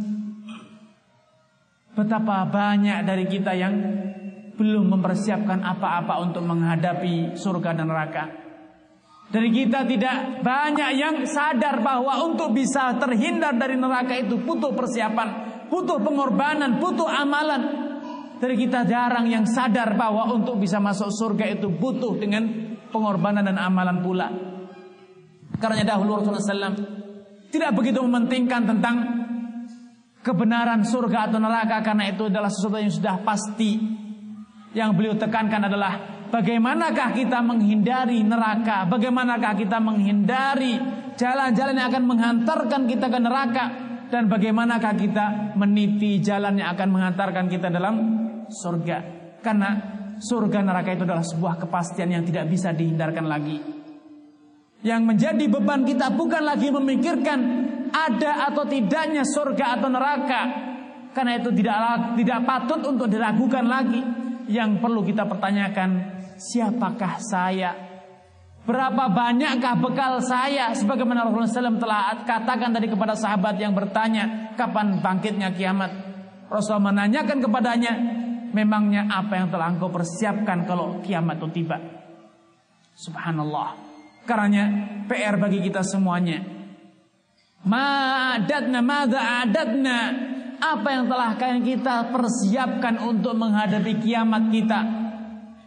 Speaker 1: betapa banyak dari kita yang belum mempersiapkan apa-apa untuk menghadapi surga dan neraka. Dari kita tidak banyak yang sadar bahwa untuk bisa terhindar dari neraka itu butuh persiapan, butuh pengorbanan, butuh amalan. Dari kita jarang yang sadar bahwa untuk bisa masuk surga itu butuh dengan pengorbanan dan amalan pula. Karena dahulu Rasulullah shallallahu alaihi wasallam tidak begitu mementingkan tentang kebenaran surga atau neraka, karena itu adalah sesuatu yang sudah pasti. Yang beliau tekankan adalah bagaimanakah kita menghindari neraka, bagaimanakah kita menghindari jalan-jalan yang akan menghantarkan kita ke neraka, dan bagaimanakah kita meniti jalan yang akan menghantarkan kita dalam surga. Karena surga neraka itu adalah sebuah kepastian yang tidak bisa dihindarkan lagi. Yang menjadi beban kita bukan lagi memikirkan ada atau tidaknya surga atau neraka, karena itu tidak tidak patut untuk diragukan lagi. Yang perlu kita pertanyakan, siapakah saya? Berapa banyakkah bekal saya? Sebagaimana Rasulullah shallallahu alaihi wasallam telah katakan tadi kepada sahabat yang bertanya kapan bangkitnya kiamat. Rasulullah menanyakan kepadanya, memangnya apa yang telah engkau persiapkan kalau kiamat itu tiba? Subhanallah. Karena P R bagi kita semuanya. Ma'adadna, madza adadna? Apa yang telah kita persiapkan untuk menghadapi kiamat kita?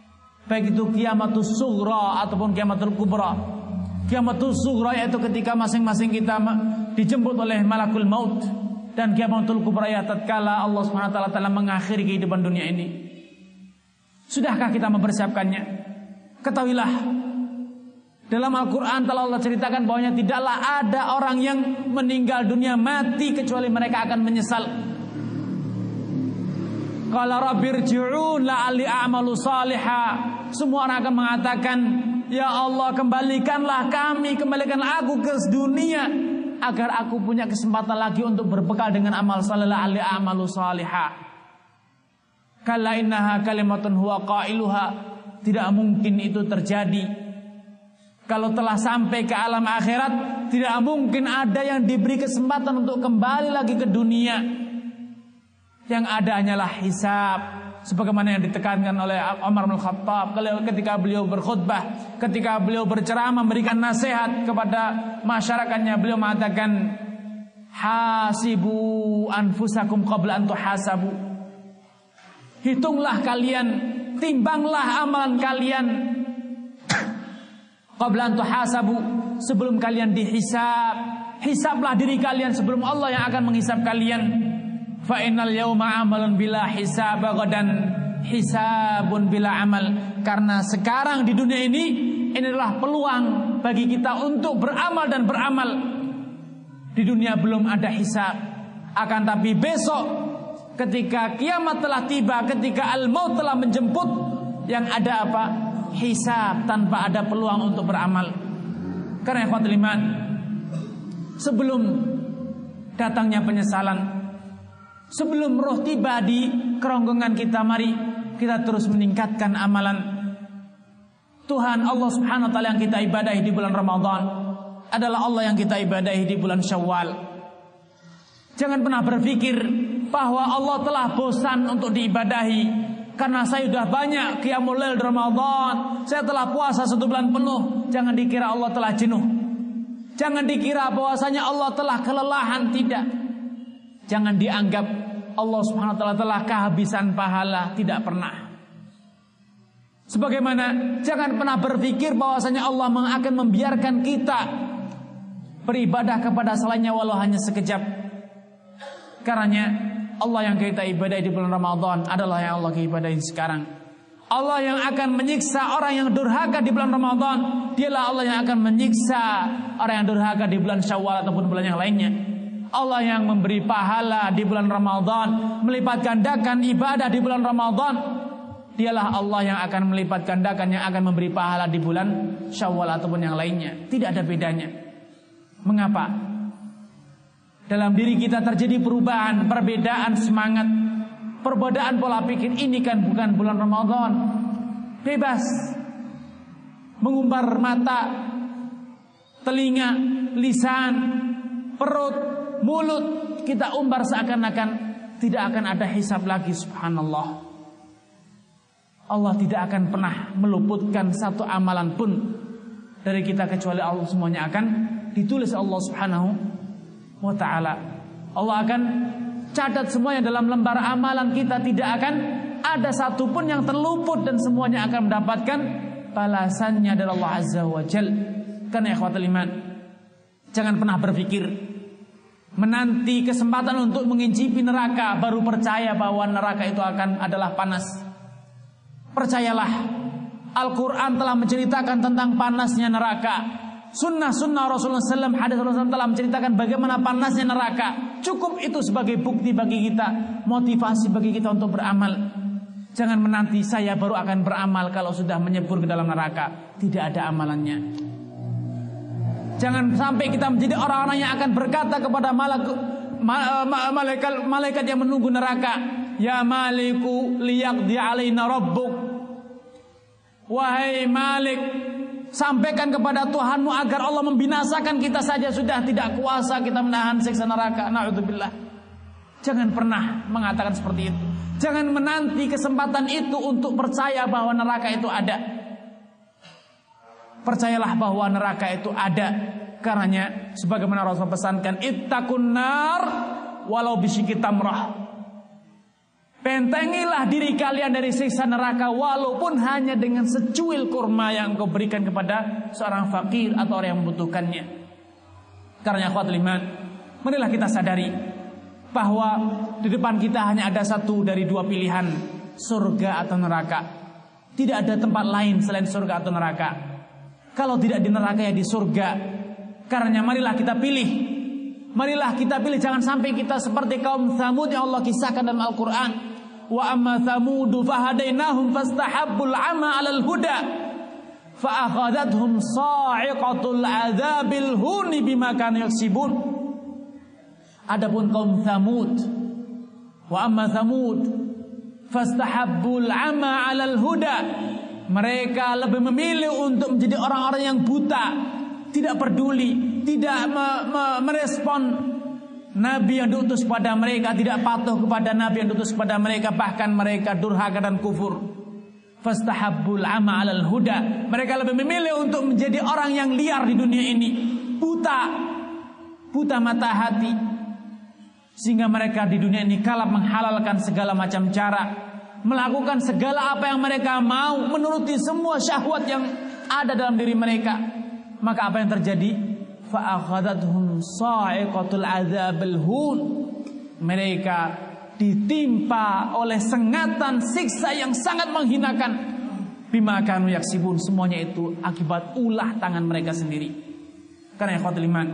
Speaker 1: baik itu kiamatus sughra ataupun kiamatul kubra. Kiamatus sughra yaitu ketika masing-masing kita dijemput oleh malakul maut, dan kiamatul kubra ya tatkala Allah Subhanahu wa taala telah mengakhiri kehidupan dunia ini. Sudahkah kita mempersiapkannya? Ketahuilah, dalam Al-Quran telah Allah ceritakan bahwanya tidaklah ada orang yang meninggal dunia mati kecuali mereka akan menyesal. Qala rabbirji'un la'alli a'malu salihah. Semua orang akan mengatakan, ya Allah, kembalikanlah kami, kembalikanlah aku ke dunia agar aku punya kesempatan lagi untuk berbekal dengan amal saleh, la'alli a'malu salihah. Kalla innaha kalimatun huwa qailuha. Tidak mungkin itu terjadi. Kalau telah sampai ke alam akhirat, tidak mungkin ada yang diberi kesempatan untuk kembali lagi ke dunia. Yang ada hanyalah hisab, sebagaimana yang ditekankan oleh Umar bin Khattab ketika beliau berkhutbah, ketika beliau berceramah memberikan nasihat kepada masyarakatnya. Beliau mengatakan, hasibu anfusakum qabla an tuhasabu. Hitunglah kalian, timbanglah amalan kalian qabla an tuhasabu, sebelum kalian dihisab. Hisablah diri kalian sebelum Allah yang akan menghisab kalian. Fa innal yawma amalan bila hisab, ghadan hisabun bila amal. Karena sekarang di dunia ini, ini adalah peluang bagi kita untuk beramal dan beramal. Di dunia belum ada hisab, akan tapi besok ketika kiamat telah tiba, ketika al-maut telah menjemput, yang ada apa? Hisab, tanpa ada peluang untuk beramal. Karena ikhwatul iman, sebelum datangnya penyesalan, sebelum roh tiba di kerongkongan kita, mari kita terus meningkatkan amalan. Tuhan Allah Subhanahu wa taala yang kita ibadahi di bulan Ramadan adalah Allah yang kita ibadahi di bulan Syawal. Jangan pernah berpikir bahwa Allah telah bosan untuk diibadahi. Karena saya sudah banyak qiyamul lail Ramadan, saya telah puasa satu bulan penuh. Jangan dikira Allah telah jenuh. Jangan dikira bahwasanya Allah telah kelelahan. Tidak. Jangan dianggap Allah Subhanahu wa taala telah kehabisan pahala. Tidak pernah. Sebagaimana jangan pernah berpikir bahwasanya Allah akan membiarkan kita beribadah kepada selainnya walau hanya sekejap. Karenanya Allah yang kita ibadahi di bulan Ramadan adalah yang Allah ibadahi sekarang. Allah yang akan menyiksa orang yang durhaka di bulan Ramadan, dialah Allah yang akan menyiksa orang yang durhaka di bulan Syawal ataupun bulan yang lainnya. Allah yang memberi pahala di bulan Ramadan, melipat gandakan ibadah di bulan Ramadan, dialah Allah yang akan melipat gandakan, yang akan memberi pahala di bulan Syawal ataupun yang lainnya. Tidak ada bedanya. Mengapa? Dalam diri kita terjadi perubahan, perbedaan semangat, perbedaan pola pikir. Ini kan bukan bulan Ramadan. Bebas mengumbar mata, telinga, lisan, perut, mulut, kita umbar seakan-akan tidak akan ada hisab lagi. Subhanallah. Allah tidak akan pernah meluputkan satu amalan pun dari kita kecuali Allah semuanya akan ditulis Allah Subhanahu wa ta'ala. Allah akan catat semuanya dalam lembar amalan kita. Tidak akan ada satupun yang terluput, dan semuanya akan mendapatkan balasannya dari Allah Azza wa Jal. Karena ikhwatul iman, jangan pernah berpikir menanti kesempatan untuk mengincipi neraka baru percaya bahwa neraka itu akan adalah panas. Percayalah, Al-Quran telah menceritakan tentang panasnya neraka. Sunnah-sunnah Rasulullah shallallahu alaihi wasallam, hadis Rasulullah shallallahu alaihi wasallam menceritakan bagaimana panasnya neraka. Cukup itu sebagai bukti bagi kita, motivasi bagi kita untuk beramal. Jangan menanti saya baru akan beramal kalau sudah menyebur ke dalam neraka. Tidak ada amalannya. Jangan sampai kita menjadi orang-orang yang akan berkata kepada malaikat, malaikat, malaikat yang menunggu neraka, ya maliku liyaqdi alaina rabbuk. Wahai Malik, sampaikan kepada Tuhanmu agar Allah membinasakan kita saja. Sudah tidak kuasa kita menahan siksa neraka. Na'udzubillah. Jangan pernah mengatakan seperti itu. Jangan menanti kesempatan itu untuk percaya bahwa neraka itu ada. Percayalah bahwa neraka itu ada. Karenanya sebagaimana Rasul pesankan, ittaqun nar walau bisyikki tamrah. Bentengilah diri kalian dari siksa neraka walaupun hanya dengan secuil kurma yang engkau berikan kepada seorang fakir atau orang yang membutuhkannya. Karena akhwatul iman, marilah kita sadari bahwa di depan kita hanya ada satu dari dua pilihan, surga atau neraka. Tidak ada tempat lain selain surga atau neraka. Kalau tidak di neraka ya di surga. Karena marilah kita pilih. Marilah kita pilih, jangan sampai kita seperti kaum Tsamud yang Allah kisahkan dalam Al-Quran. Wa amma Tsamudu fahadainahum fastahabbul 'ama 'alal huda fa akhadhathum sa'iqatul 'adzabil huni bima kanu yaksibun. Adapun kaum Tsamud, wa amma Tsamud fastahabbul 'ama 'alal huda, mereka lebih memilih untuk menjadi orang-orang yang buta, tidak peduli, tidak me me merespon Nabi yang diutus kepada mereka, tidak patuh kepada Nabi yang diutus kepada mereka, bahkan mereka durhaka dan kufur. Fastahabbul 'ama 'alal huda, mereka lebih memilih untuk menjadi orang yang liar di dunia ini, buta, buta mata hati, sehingga mereka di dunia ini kalah menghalalkan segala macam cara, melakukan segala apa yang mereka mau, menuruti semua syahwat yang ada dalam diri mereka. Maka apa yang terjadi? Fa akhadhathum sa'iqatul 'adzabil hun, mereka ditimpa oleh sengatan siksa yang sangat menghinakan. Bima kanu yaksibun, semuanya itu akibat ulah tangan mereka sendiri. Karena ikhwatul iman,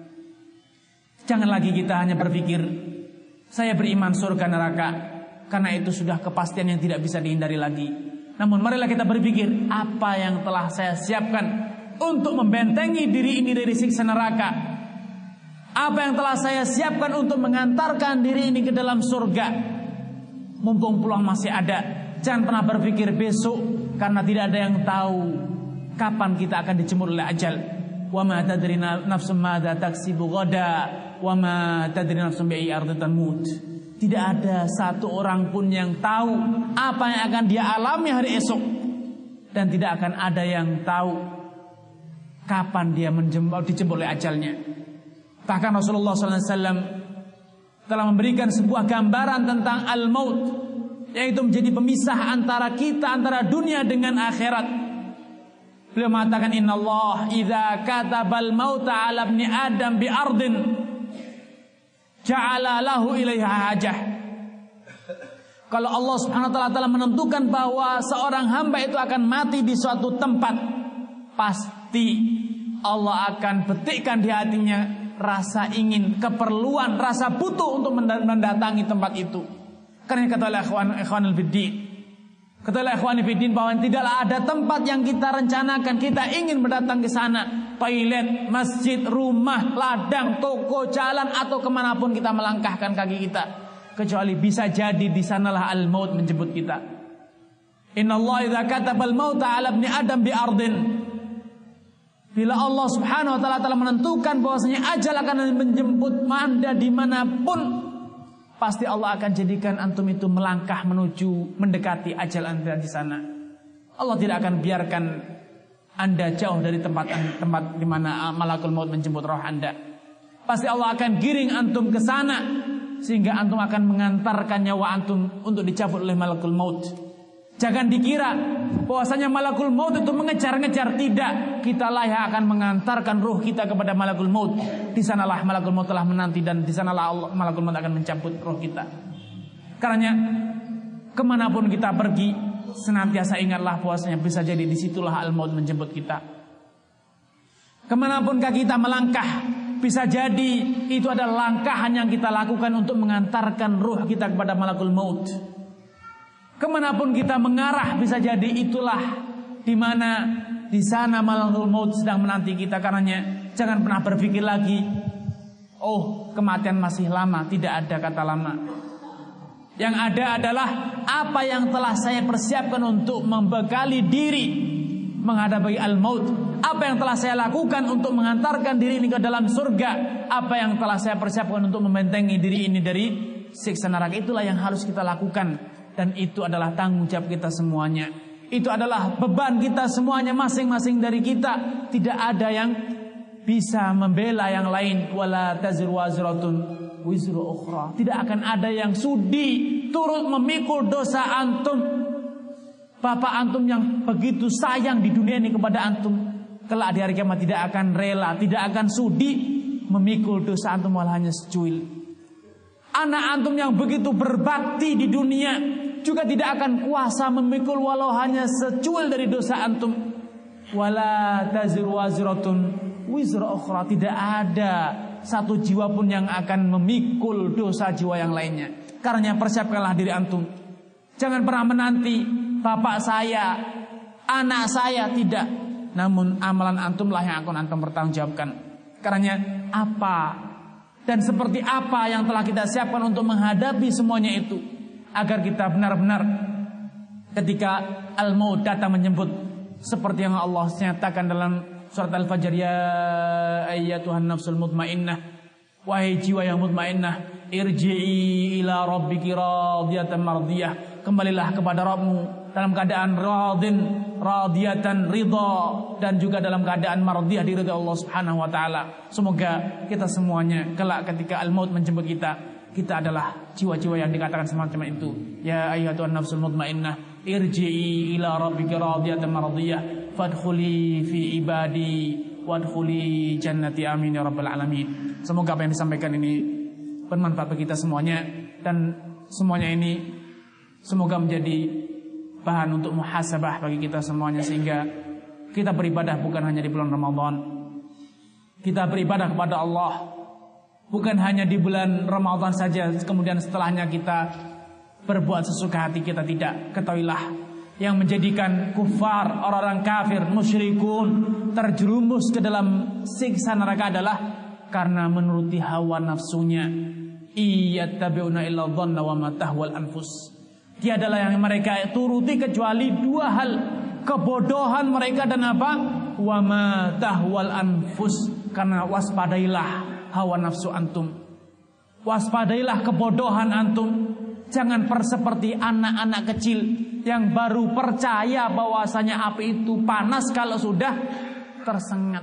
Speaker 1: jangan lagi kita hanya berpikir saya beriman surga neraka, karena itu sudah kepastian yang tidak bisa dihindari lagi. Namun marilah kita berpikir, apa yang telah saya siapkan untuk membentengi diri ini dari siksa neraka? Apa yang telah saya siapkan untuk mengantarkan diri ini ke dalam surga? Mumpung peluang masih ada, jangan pernah berpikir besok, karena tidak ada yang tahu kapan kita akan dijemur oleh ajal. Wa ma tadri nafsum madza taksibu ghada, wa ma tadri nafsum bi ayyi ardin tamut. Tidak ada satu orang pun yang tahu apa yang akan dia alami hari esok, dan tidak akan ada yang tahu kapan dia dijemput oleh ajalnya. Bahkan Rasulullah shallallahu alaihi wasallam telah memberikan sebuah gambaran tentang al-maut, yaitu menjadi pemisah antara kita, antara dunia dengan akhirat. Beliau mengatakan, Inna Allah idza katabal mauta ala ibni Adam bi ardin ja'ala lahu ilaiha hajah. Kalau Allah subhanahu wa ta'ala telah menentukan bahwa seorang hamba itu akan mati di suatu tempat, pasti Allah akan petikkan di hatinya rasa ingin, keperluan, rasa butuh untuk mendatangi tempat itu. Karena kata ikhwan ikhwanul fiddin, kata ikhwan fiddin bahwa tidaklah ada tempat yang kita rencanakan, kita ingin mendatang ke sana, toilet, masjid, rumah, ladang, toko, jalan, atau kemanapun kita melangkahkan kaki kita, kecuali bisa jadi di sanalah al-maut menjemput kita. Inna Allah idza katabal mauta ala ibni Adam bi ardin, bila Allah subhanahu wa ta'ala telah menentukan bahwasanya ajal akan menjemput Anda dimanapun, pasti Allah akan jadikan antum itu melangkah menuju mendekati ajal Anda di sana. Allah tidak akan biarkan Anda jauh dari tempat tempat di mana malakul maut menjemput roh Anda. Pasti Allah akan giring antum ke sana, sehingga antum akan mengantarkan nyawa antum untuk dicabut oleh malakul maut. Jangan dikira bahwasanya malakul maut itu mengejar-ngejar, tidak. Kitalah yang akan mengantarkan ruh kita kepada malakul maut. Di sanalah malakul maut telah menanti, dan di sanalah Allah, malakul maut akan mencabut ruh kita. Karena kemanapun kita pergi, senantiasa ingatlah bahwasanya bisa jadi disitulah al-maut menjemput kita. Kemanapun kita melangkah, bisa jadi itu adalah langkahan yang kita lakukan untuk mengantarkan ruh kita kepada malakul maut. Kemanapun kita mengarah, bisa jadi itulah di mana di sana malakul maut sedang menanti kita. Karenanya jangan pernah berpikir lagi, oh kematian masih lama. Tidak ada kata lama. Yang ada adalah apa yang telah saya persiapkan untuk membekali diri menghadapi al-maut. Apa yang telah saya lakukan untuk mengantarkan diri ini ke dalam surga. Apa yang telah saya persiapkan untuk membentengi diri ini dari siksa neraka. Itulah yang harus kita lakukan. Dan itu adalah tanggung jawab kita semuanya. Itu adalah beban kita semuanya, masing-masing dari kita. Tidak ada yang bisa membela yang lain. Wala taziru wazratun wizru ukhra. Tidak akan ada yang sudi turut memikul dosa antum. Bapak antum yang begitu sayang di dunia ini kepada antum, kelak di hari kiamat tidak akan rela, tidak akan sudi memikul dosa antum walau hanya secuil. Anak antum yang begitu berbakti di dunia juga tidak akan kuasa memikul walau hanya secuil dari dosa antum. Wala taziru waziratun wizra ukhra, tidak ada satu jiwa pun yang akan memikul dosa jiwa yang lainnya. Karena persiapkanlah diri antum. Jangan pernah menanti bapak saya, anak saya, tidak. Namun amalan antum lah yang akan antum bertanggungjawabkan. Karena apa dan seperti apa yang telah kita siapkan untuk menghadapi semuanya itu, agar kita benar-benar ketika al-maut datang menjemput, seperti yang Allah nyatakan dalam surat Al-Fajr, ya ayyatuhan nafsul mutmainnah, wahai jiwa yang mutmainnah, irji'i ila rabbiki radiyatan mardiyah, kembalilah kepada Rabbmu dalam keadaan radin, radiyatan, ridha, dan juga dalam keadaan mardiyah, diridha Allah Subhanahu wa taala. Semoga kita semuanya kelak ketika al-maut menjemput kita, kita adalah jiwa-jiwa yang dikatakan semacam itu. Ya ayyatuhan nafsul mutmainnah, irji'i ila rabbiki radiyatan mardiyah, fadkhuli fi ibadi wadkhuli jannati, amin ya rabbal alamin. Semoga apa yang disampaikan ini bermanfaat bagi kita semuanya, dan semuanya ini semoga menjadi bahan untuk muhasabah bagi kita semuanya, sehingga kita beribadah bukan hanya di bulan Ramadan. Kita beribadah kepada Allah bukan hanya di bulan Ramadan saja, kemudian setelahnya kita berbuat sesuka hati kita, tidak. Ketahuilah, yang menjadikan kufar, orang-orang kafir, musyrikun terjerumus ke dalam siksa neraka adalah karena menuruti hawa nafsunya. Iyattabi'una illa dhanna wa ma tahwal anfus. Tiadalah yang mereka turuti kecuali dua hal, kebodohan mereka dan apa? Wa ma tahwal anfus. Karena waspadailah hawa nafsu antum, waspadailah kebodohan antum. Jangan seperti anak-anak kecil yang baru percaya bahwasanya api itu panas kalau sudah tersengat.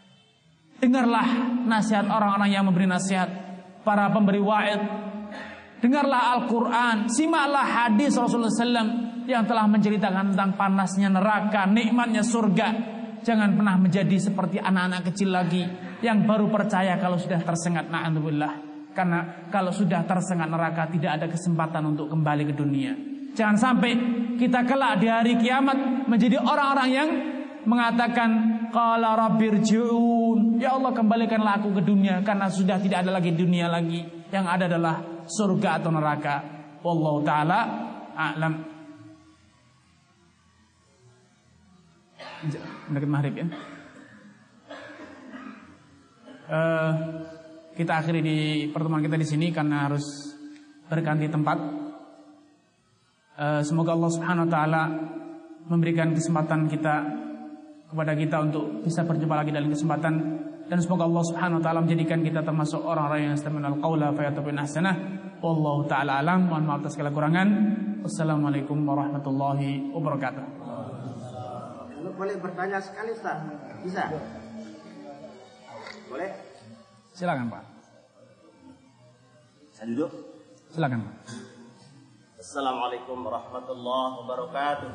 Speaker 1: Dengarlah nasihat orang-orang yang memberi nasihat, para pemberi wa'id. Dengarlah Al-Quran, simaklah hadis Rasulullah shallallahu alaihi wasallam yang telah menceritakan tentang panasnya neraka, nikmatnya surga. Jangan pernah menjadi seperti anak-anak kecil lagi yang baru percaya kalau sudah tersengat. Na'udzubillah. Karena kalau sudah tersengat neraka tidak ada kesempatan untuk kembali ke dunia. Jangan sampai kita kelak di hari kiamat menjadi orang-orang yang mengatakan qala rabbirji'un, ya Allah kembalikanlah aku ke dunia, karena sudah tidak ada lagi dunia lagi, yang ada adalah surga atau neraka. Wallahu taala a'lam. Dekat maghrib ya. Uh, kita akhiri di pertemuan kita di sini karena harus berganti tempat. Uh, semoga Allah Subhanahu wa taala memberikan kesempatan kita kepada kita untuk bisa berjumpa lagi dalam kesempatan, dan semoga Allah Subhanahu wa taala menjadikan kita termasuk orang-orang yang yastami'unal qaula fayattabi'una ahsanah. Wallahu taala alam. Mohon maaf atas segala kurangan. Wassalamualaikum warahmatullahi wabarakatuh.
Speaker 2: Boleh bertanya sekali, Ustaz? Bisa? Boleh?
Speaker 1: Silakan, Pak.
Speaker 2: Saya duduk.
Speaker 1: Silakan, Pak.
Speaker 2: Assalamualaikum warahmatullahi wabarakatuh.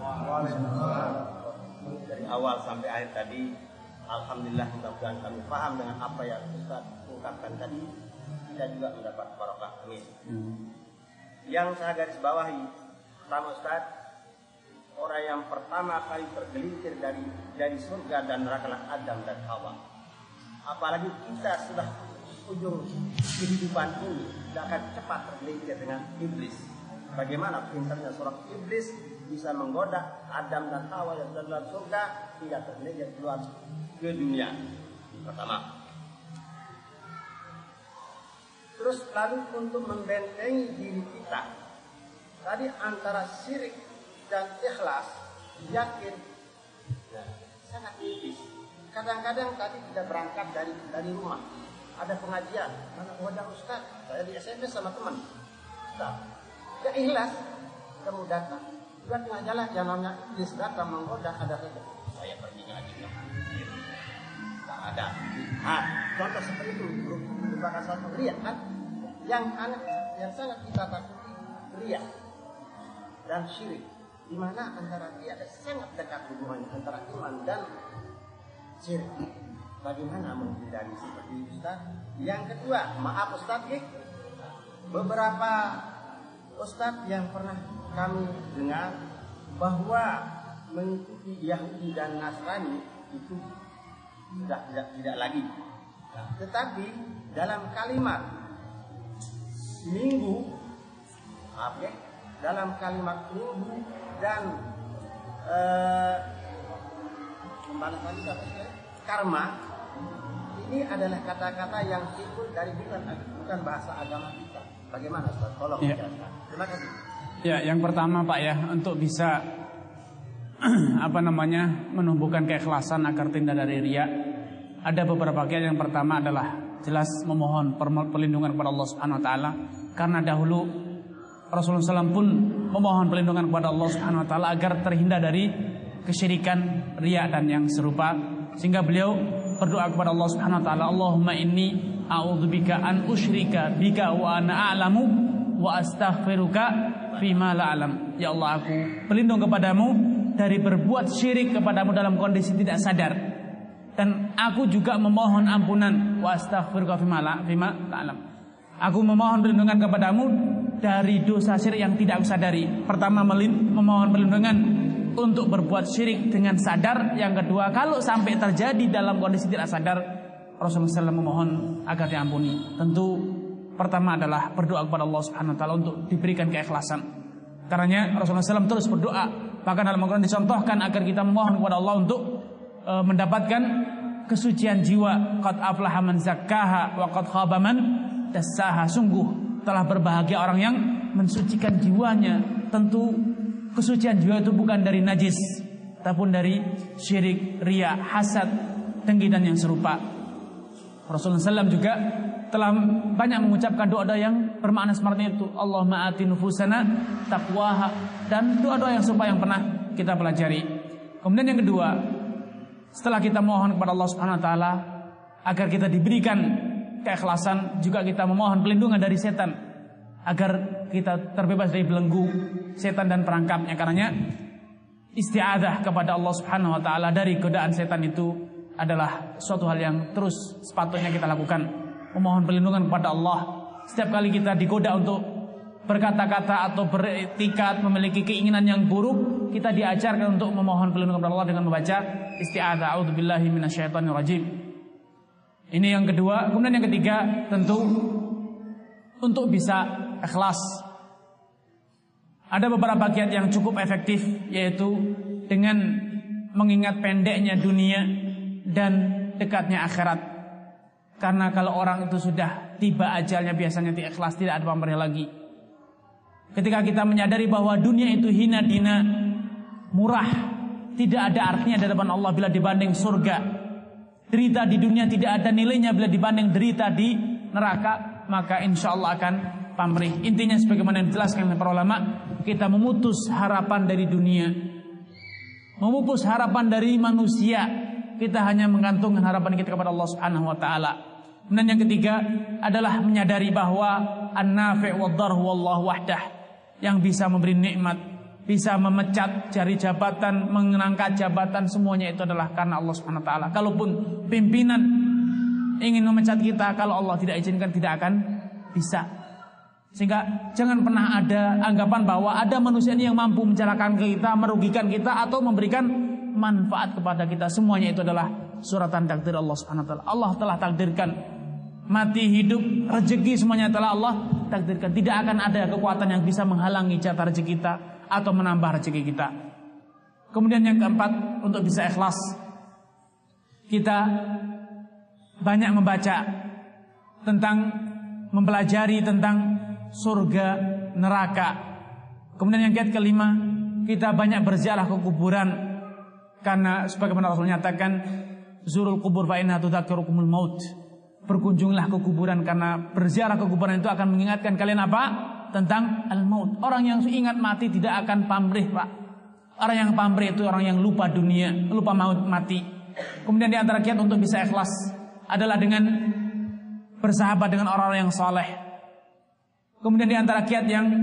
Speaker 2: Dari awal sampai akhir tadi, alhamdulillah, mudah-mudahan kami paham dengan apa yang Ustaz ungkapkan tadi. Kita juga mendapat barokah. Amin. Hmm. Yang saya garis bawahi, pertama Ustaz, orang yang pertama kali tergelincir dari dari surga dan neraka adalah Adam dan Hawa. Apalagi kita sudah ujung kehidupan ini, tidak akan cepat tergelincir dengan iblis. Bagaimana pintarnya seorang iblis bisa menggoda Adam dan Hawa yang sudah dalam surga hingga tergelincir keluar ke dunia. Pertama. Terus lalu untuk membentengi diri kita, tadi antara syirik dan ikhlas, yakin, ya, sangat tipis. Kadang-kadang tadi kita berangkat dari dari rumah, ada pengajian, mana wadah Ustaz, saya di S M S sama teman, Ustaz, ya ikhlas, kamu datang, juga tengah jalan, yang namanya iblis datang menggoda, ada saja, saya pergi ngaji, tak ada. Ah, contoh seperti itu merupakan satu riak kan, yang anak, yang sangat kita takuti riak. dan syirik, di mana antara dia ada sangat dekat hubungannya antara iman dan syirik. Bagaimana menghindari seperti itu, Ustaz? Yang kedua, maaf Ustaz, ya, beberapa Ustaz yang pernah kami dengar bahwa mengikuti Yahudi dan Nasrani itu sudah tidak tidak lagi. Tetapi dalam kalimat minggu, maaf ya, dalam kalimat minggu dan eh, karma, ini adalah kata-kata yang timbul dari bukan bukan bahasa agama kita. Bagaimana Ustaz? Tolong
Speaker 1: ya.
Speaker 2: jelaskan. Terima kasih.
Speaker 1: Ya, yang pertama Pak ya, untuk bisa apa namanya menumbuhkan keikhlasan agar tindak dari riya, ada beberapa bagian. Yang pertama adalah jelas memohon perlindungan kepada Allah Subhanahu Wa Taala, karena dahulu Rasulullah shallallahu alaihi wasallam pun memohon perlindungan kepada Allah Subhanahu Wa Taala agar terhindar dari kesyirikan, riya dan yang serupa, sehingga beliau berdoa kepada Allah Subhanahu Wa Taala, Allahumma inni a'udzubika an usyrika bika wa ana a'lamu wa astaghfiruka fima la a'lam. Ya Allah, aku berlindung kepadamu dari berbuat syirik kepadamu dalam kondisi tidak sadar, dan aku juga memohon ampunan wa astaghfiruka fima la a'lam. Aku memohon perlindungan kepadamu dari dosa syirik yang tidak aku sadari. Pertama, memohon perlindungan untuk berbuat syirik dengan sadar. Yang kedua, kalau sampai terjadi dalam kondisi tidak sadar, Rasulullah shallallahu alaihi wasallam memohon agar diampuni. Tentu pertama adalah berdoa kepada Allah Subhanahu Wa Taala untuk diberikan keikhlasan. Karenanya Rasulullah shallallahu alaihi wasallam terus berdoa. Bahkan dalam Al-Quran dicontohkan agar kita memohon kepada Allah untuk e, mendapatkan kesucian jiwa. Qad aflaha man zakkaha wa qad khaba man dassaha. Sungguh telah berbahagia orang yang mensucikan jiwanya. Tentu kesucian jiwa itu bukan dari najis, tapi dari syirik, riya, hasad, dengki dan yang serupa. Rasulullah shallallahu alaihi wasallam juga telah banyak mengucapkan doa-doa yang bermakna seperti itu. Allahumma ati nufusana taqwaha, dan doa-doa yang serupa yang pernah kita pelajari. Kemudian yang kedua, setelah kita mohon kepada Allah Subhanahu Wa Taala agar kita diberikan keikhlasan, juga kita memohon perlindungan dari setan agar kita terbebas dari belenggu setan dan perangkapnya. Karenanya isti'adzah kepada Allah Subhanahu Wa Taala dari godaan setan itu adalah suatu hal yang terus sepatutnya kita lakukan. Memohon perlindungan kepada Allah setiap kali kita digoda untuk berkata-kata atau beretikat, memiliki keinginan yang buruk, kita diajarkan untuk memohon perlindungan kepada Allah dengan membaca isti'adzah, a'udzubillahi minasyaitonirrajim. Ini yang kedua. Kemudian yang ketiga, tentu untuk bisa ikhlas, ada beberapa kiat yang cukup efektif, yaitu dengan mengingat pendeknya dunia dan dekatnya akhirat. Karena kalau orang itu sudah tiba ajalnya, biasanya tidak ikhlas, tidak ada pamrih lagi. Ketika kita menyadari bahwa dunia itu hina dina, murah, tidak ada artinya di hadapan Allah bila dibanding surga. Derita di dunia tidak ada nilainya bila dibanding derita di neraka, maka insya Allah akan pamrih. Intinya sebagaimana yang dijelaskan oleh para ulama, kita memutus harapan dari dunia, memupus harapan dari manusia. Kita hanya menggantungkan harapan kita kepada Allah Subhanahu Wa Taala. Dan yang ketiga adalah menyadari bahwa an-nafi' wad-darr wallahu wahdah, yang bisa memberi nikmat, bisa memecat jari jabatan, mengangkat jabatan, semuanya itu adalah karena Allah Subhanahu Wa Taala. Kalaupun pimpinan ingin memecat kita, kalau Allah tidak izinkan, tidak akan bisa. Sehingga jangan pernah ada anggapan bahwa ada manusia ini yang mampu mencelakakan kita, merugikan kita, atau memberikan manfaat kepada kita. Semuanya itu adalah suratan takdir Allah Subhanahu Wa Taala. Allah telah takdirkan mati, hidup, rezeki, semuanya telah Allah takdirkan. Tidak akan ada kekuatan yang bisa menghalangi jatah rezeki kita atau menambah rezeki kita. Kemudian yang keempat, untuk bisa ikhlas, kita banyak membaca tentang, mempelajari tentang surga, neraka. Kemudian yang kelima, kita banyak berziarah ke kuburan, karena sebagaimana Rasul nyatakan, zurul kubur fa inna tudzakirukumul maut. Berkunjunglah ke kuburan, karena berziarah ke kuburan itu akan mengingatkan kalian apa? Tentang al-maut. Orang yang ingat mati tidak akan pamrih, Pak. Orang yang pamrih itu orang yang lupa dunia, lupa maut, mati. Kemudian di antara kiat untuk bisa ikhlas adalah dengan bersahabat dengan orang-orang yang saleh. Kemudian di antara kiat yang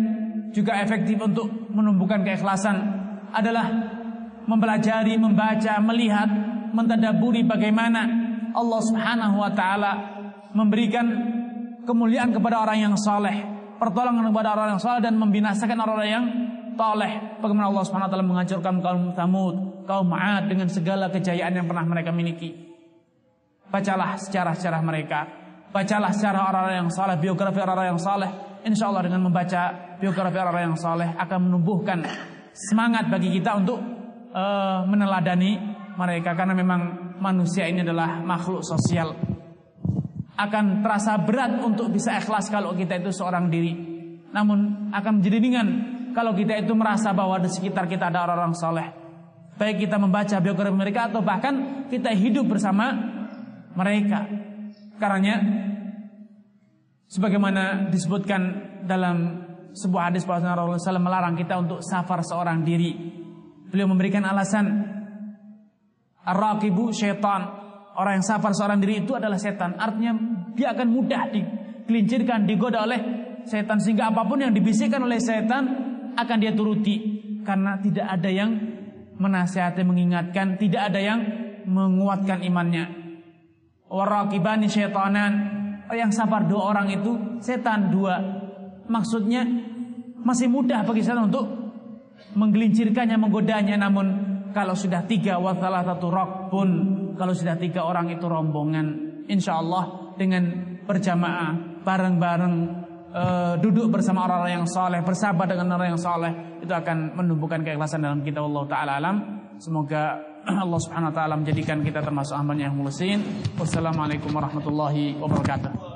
Speaker 1: juga efektif untuk menumbuhkan keikhlasan adalah mempelajari, membaca, melihat, mentadaburi bagaimana Allah Subhanahu wa taala memberikan kemuliaan kepada orang yang saleh, pertolongan kepada orang yang saleh dan membinasakan orang-orang yang taleh. Bagaimana Allah Subhanahu wa taala menghancurkan kaum Tsamud, kaum 'Ad dengan segala kejayaan yang pernah mereka miliki. Bacalah sejarah-sejarah mereka, bacalah sejarah orang-orang yang saleh, biografi orang-orang yang saleh. Insyaallah dengan membaca biografi orang-orang yang saleh akan menumbuhkan semangat bagi kita untuk uh, meneladani mereka, karena memang manusia ini adalah makhluk sosial. Akan terasa berat untuk bisa ikhlas kalau kita itu seorang diri, namun akan menjadi ringan kalau kita itu merasa bahwa di sekitar kita ada orang-orang saleh. Baik kita membaca biografi mereka atau bahkan kita hidup bersama mereka. Karenanya sebagaimana disebutkan dalam sebuah hadis bahwa Rasulullah shallallahu alaihi wasallam melarang kita untuk safar seorang diri. Beliau memberikan alasan, ar-raqibu syaitan. Orang yang safar seorang diri itu adalah setan. Artinya dia akan mudah digelincirkan, digoda oleh setan, sehingga apapun yang dibisikkan oleh setan akan dia turuti, karena tidak ada yang menasihati, mengingatkan, tidak ada yang menguatkan imannya. Waraqibani syaitanan, yang safar dua orang itu setan dua. Maksudnya masih mudah bagi setan untuk menggelincirkannya, menggodanya. Namun kalau sudah tiga, wasalah satu rakbun, kalau sudah tiga orang itu rombongan, insya Allah dengan berjamaah bareng-bareng, e, duduk bersama orang-orang yang saleh, bersahabat dengan orang yang saleh, itu akan menumbuhkan keikhlasan dalam kita. Allah Ta'ala alam. Semoga Allah Subhanahu Wa Ta'ala menjadikan kita termasuk hamba yang mukhlasin. Wassalamualaikum warahmatullahi wabarakatuh.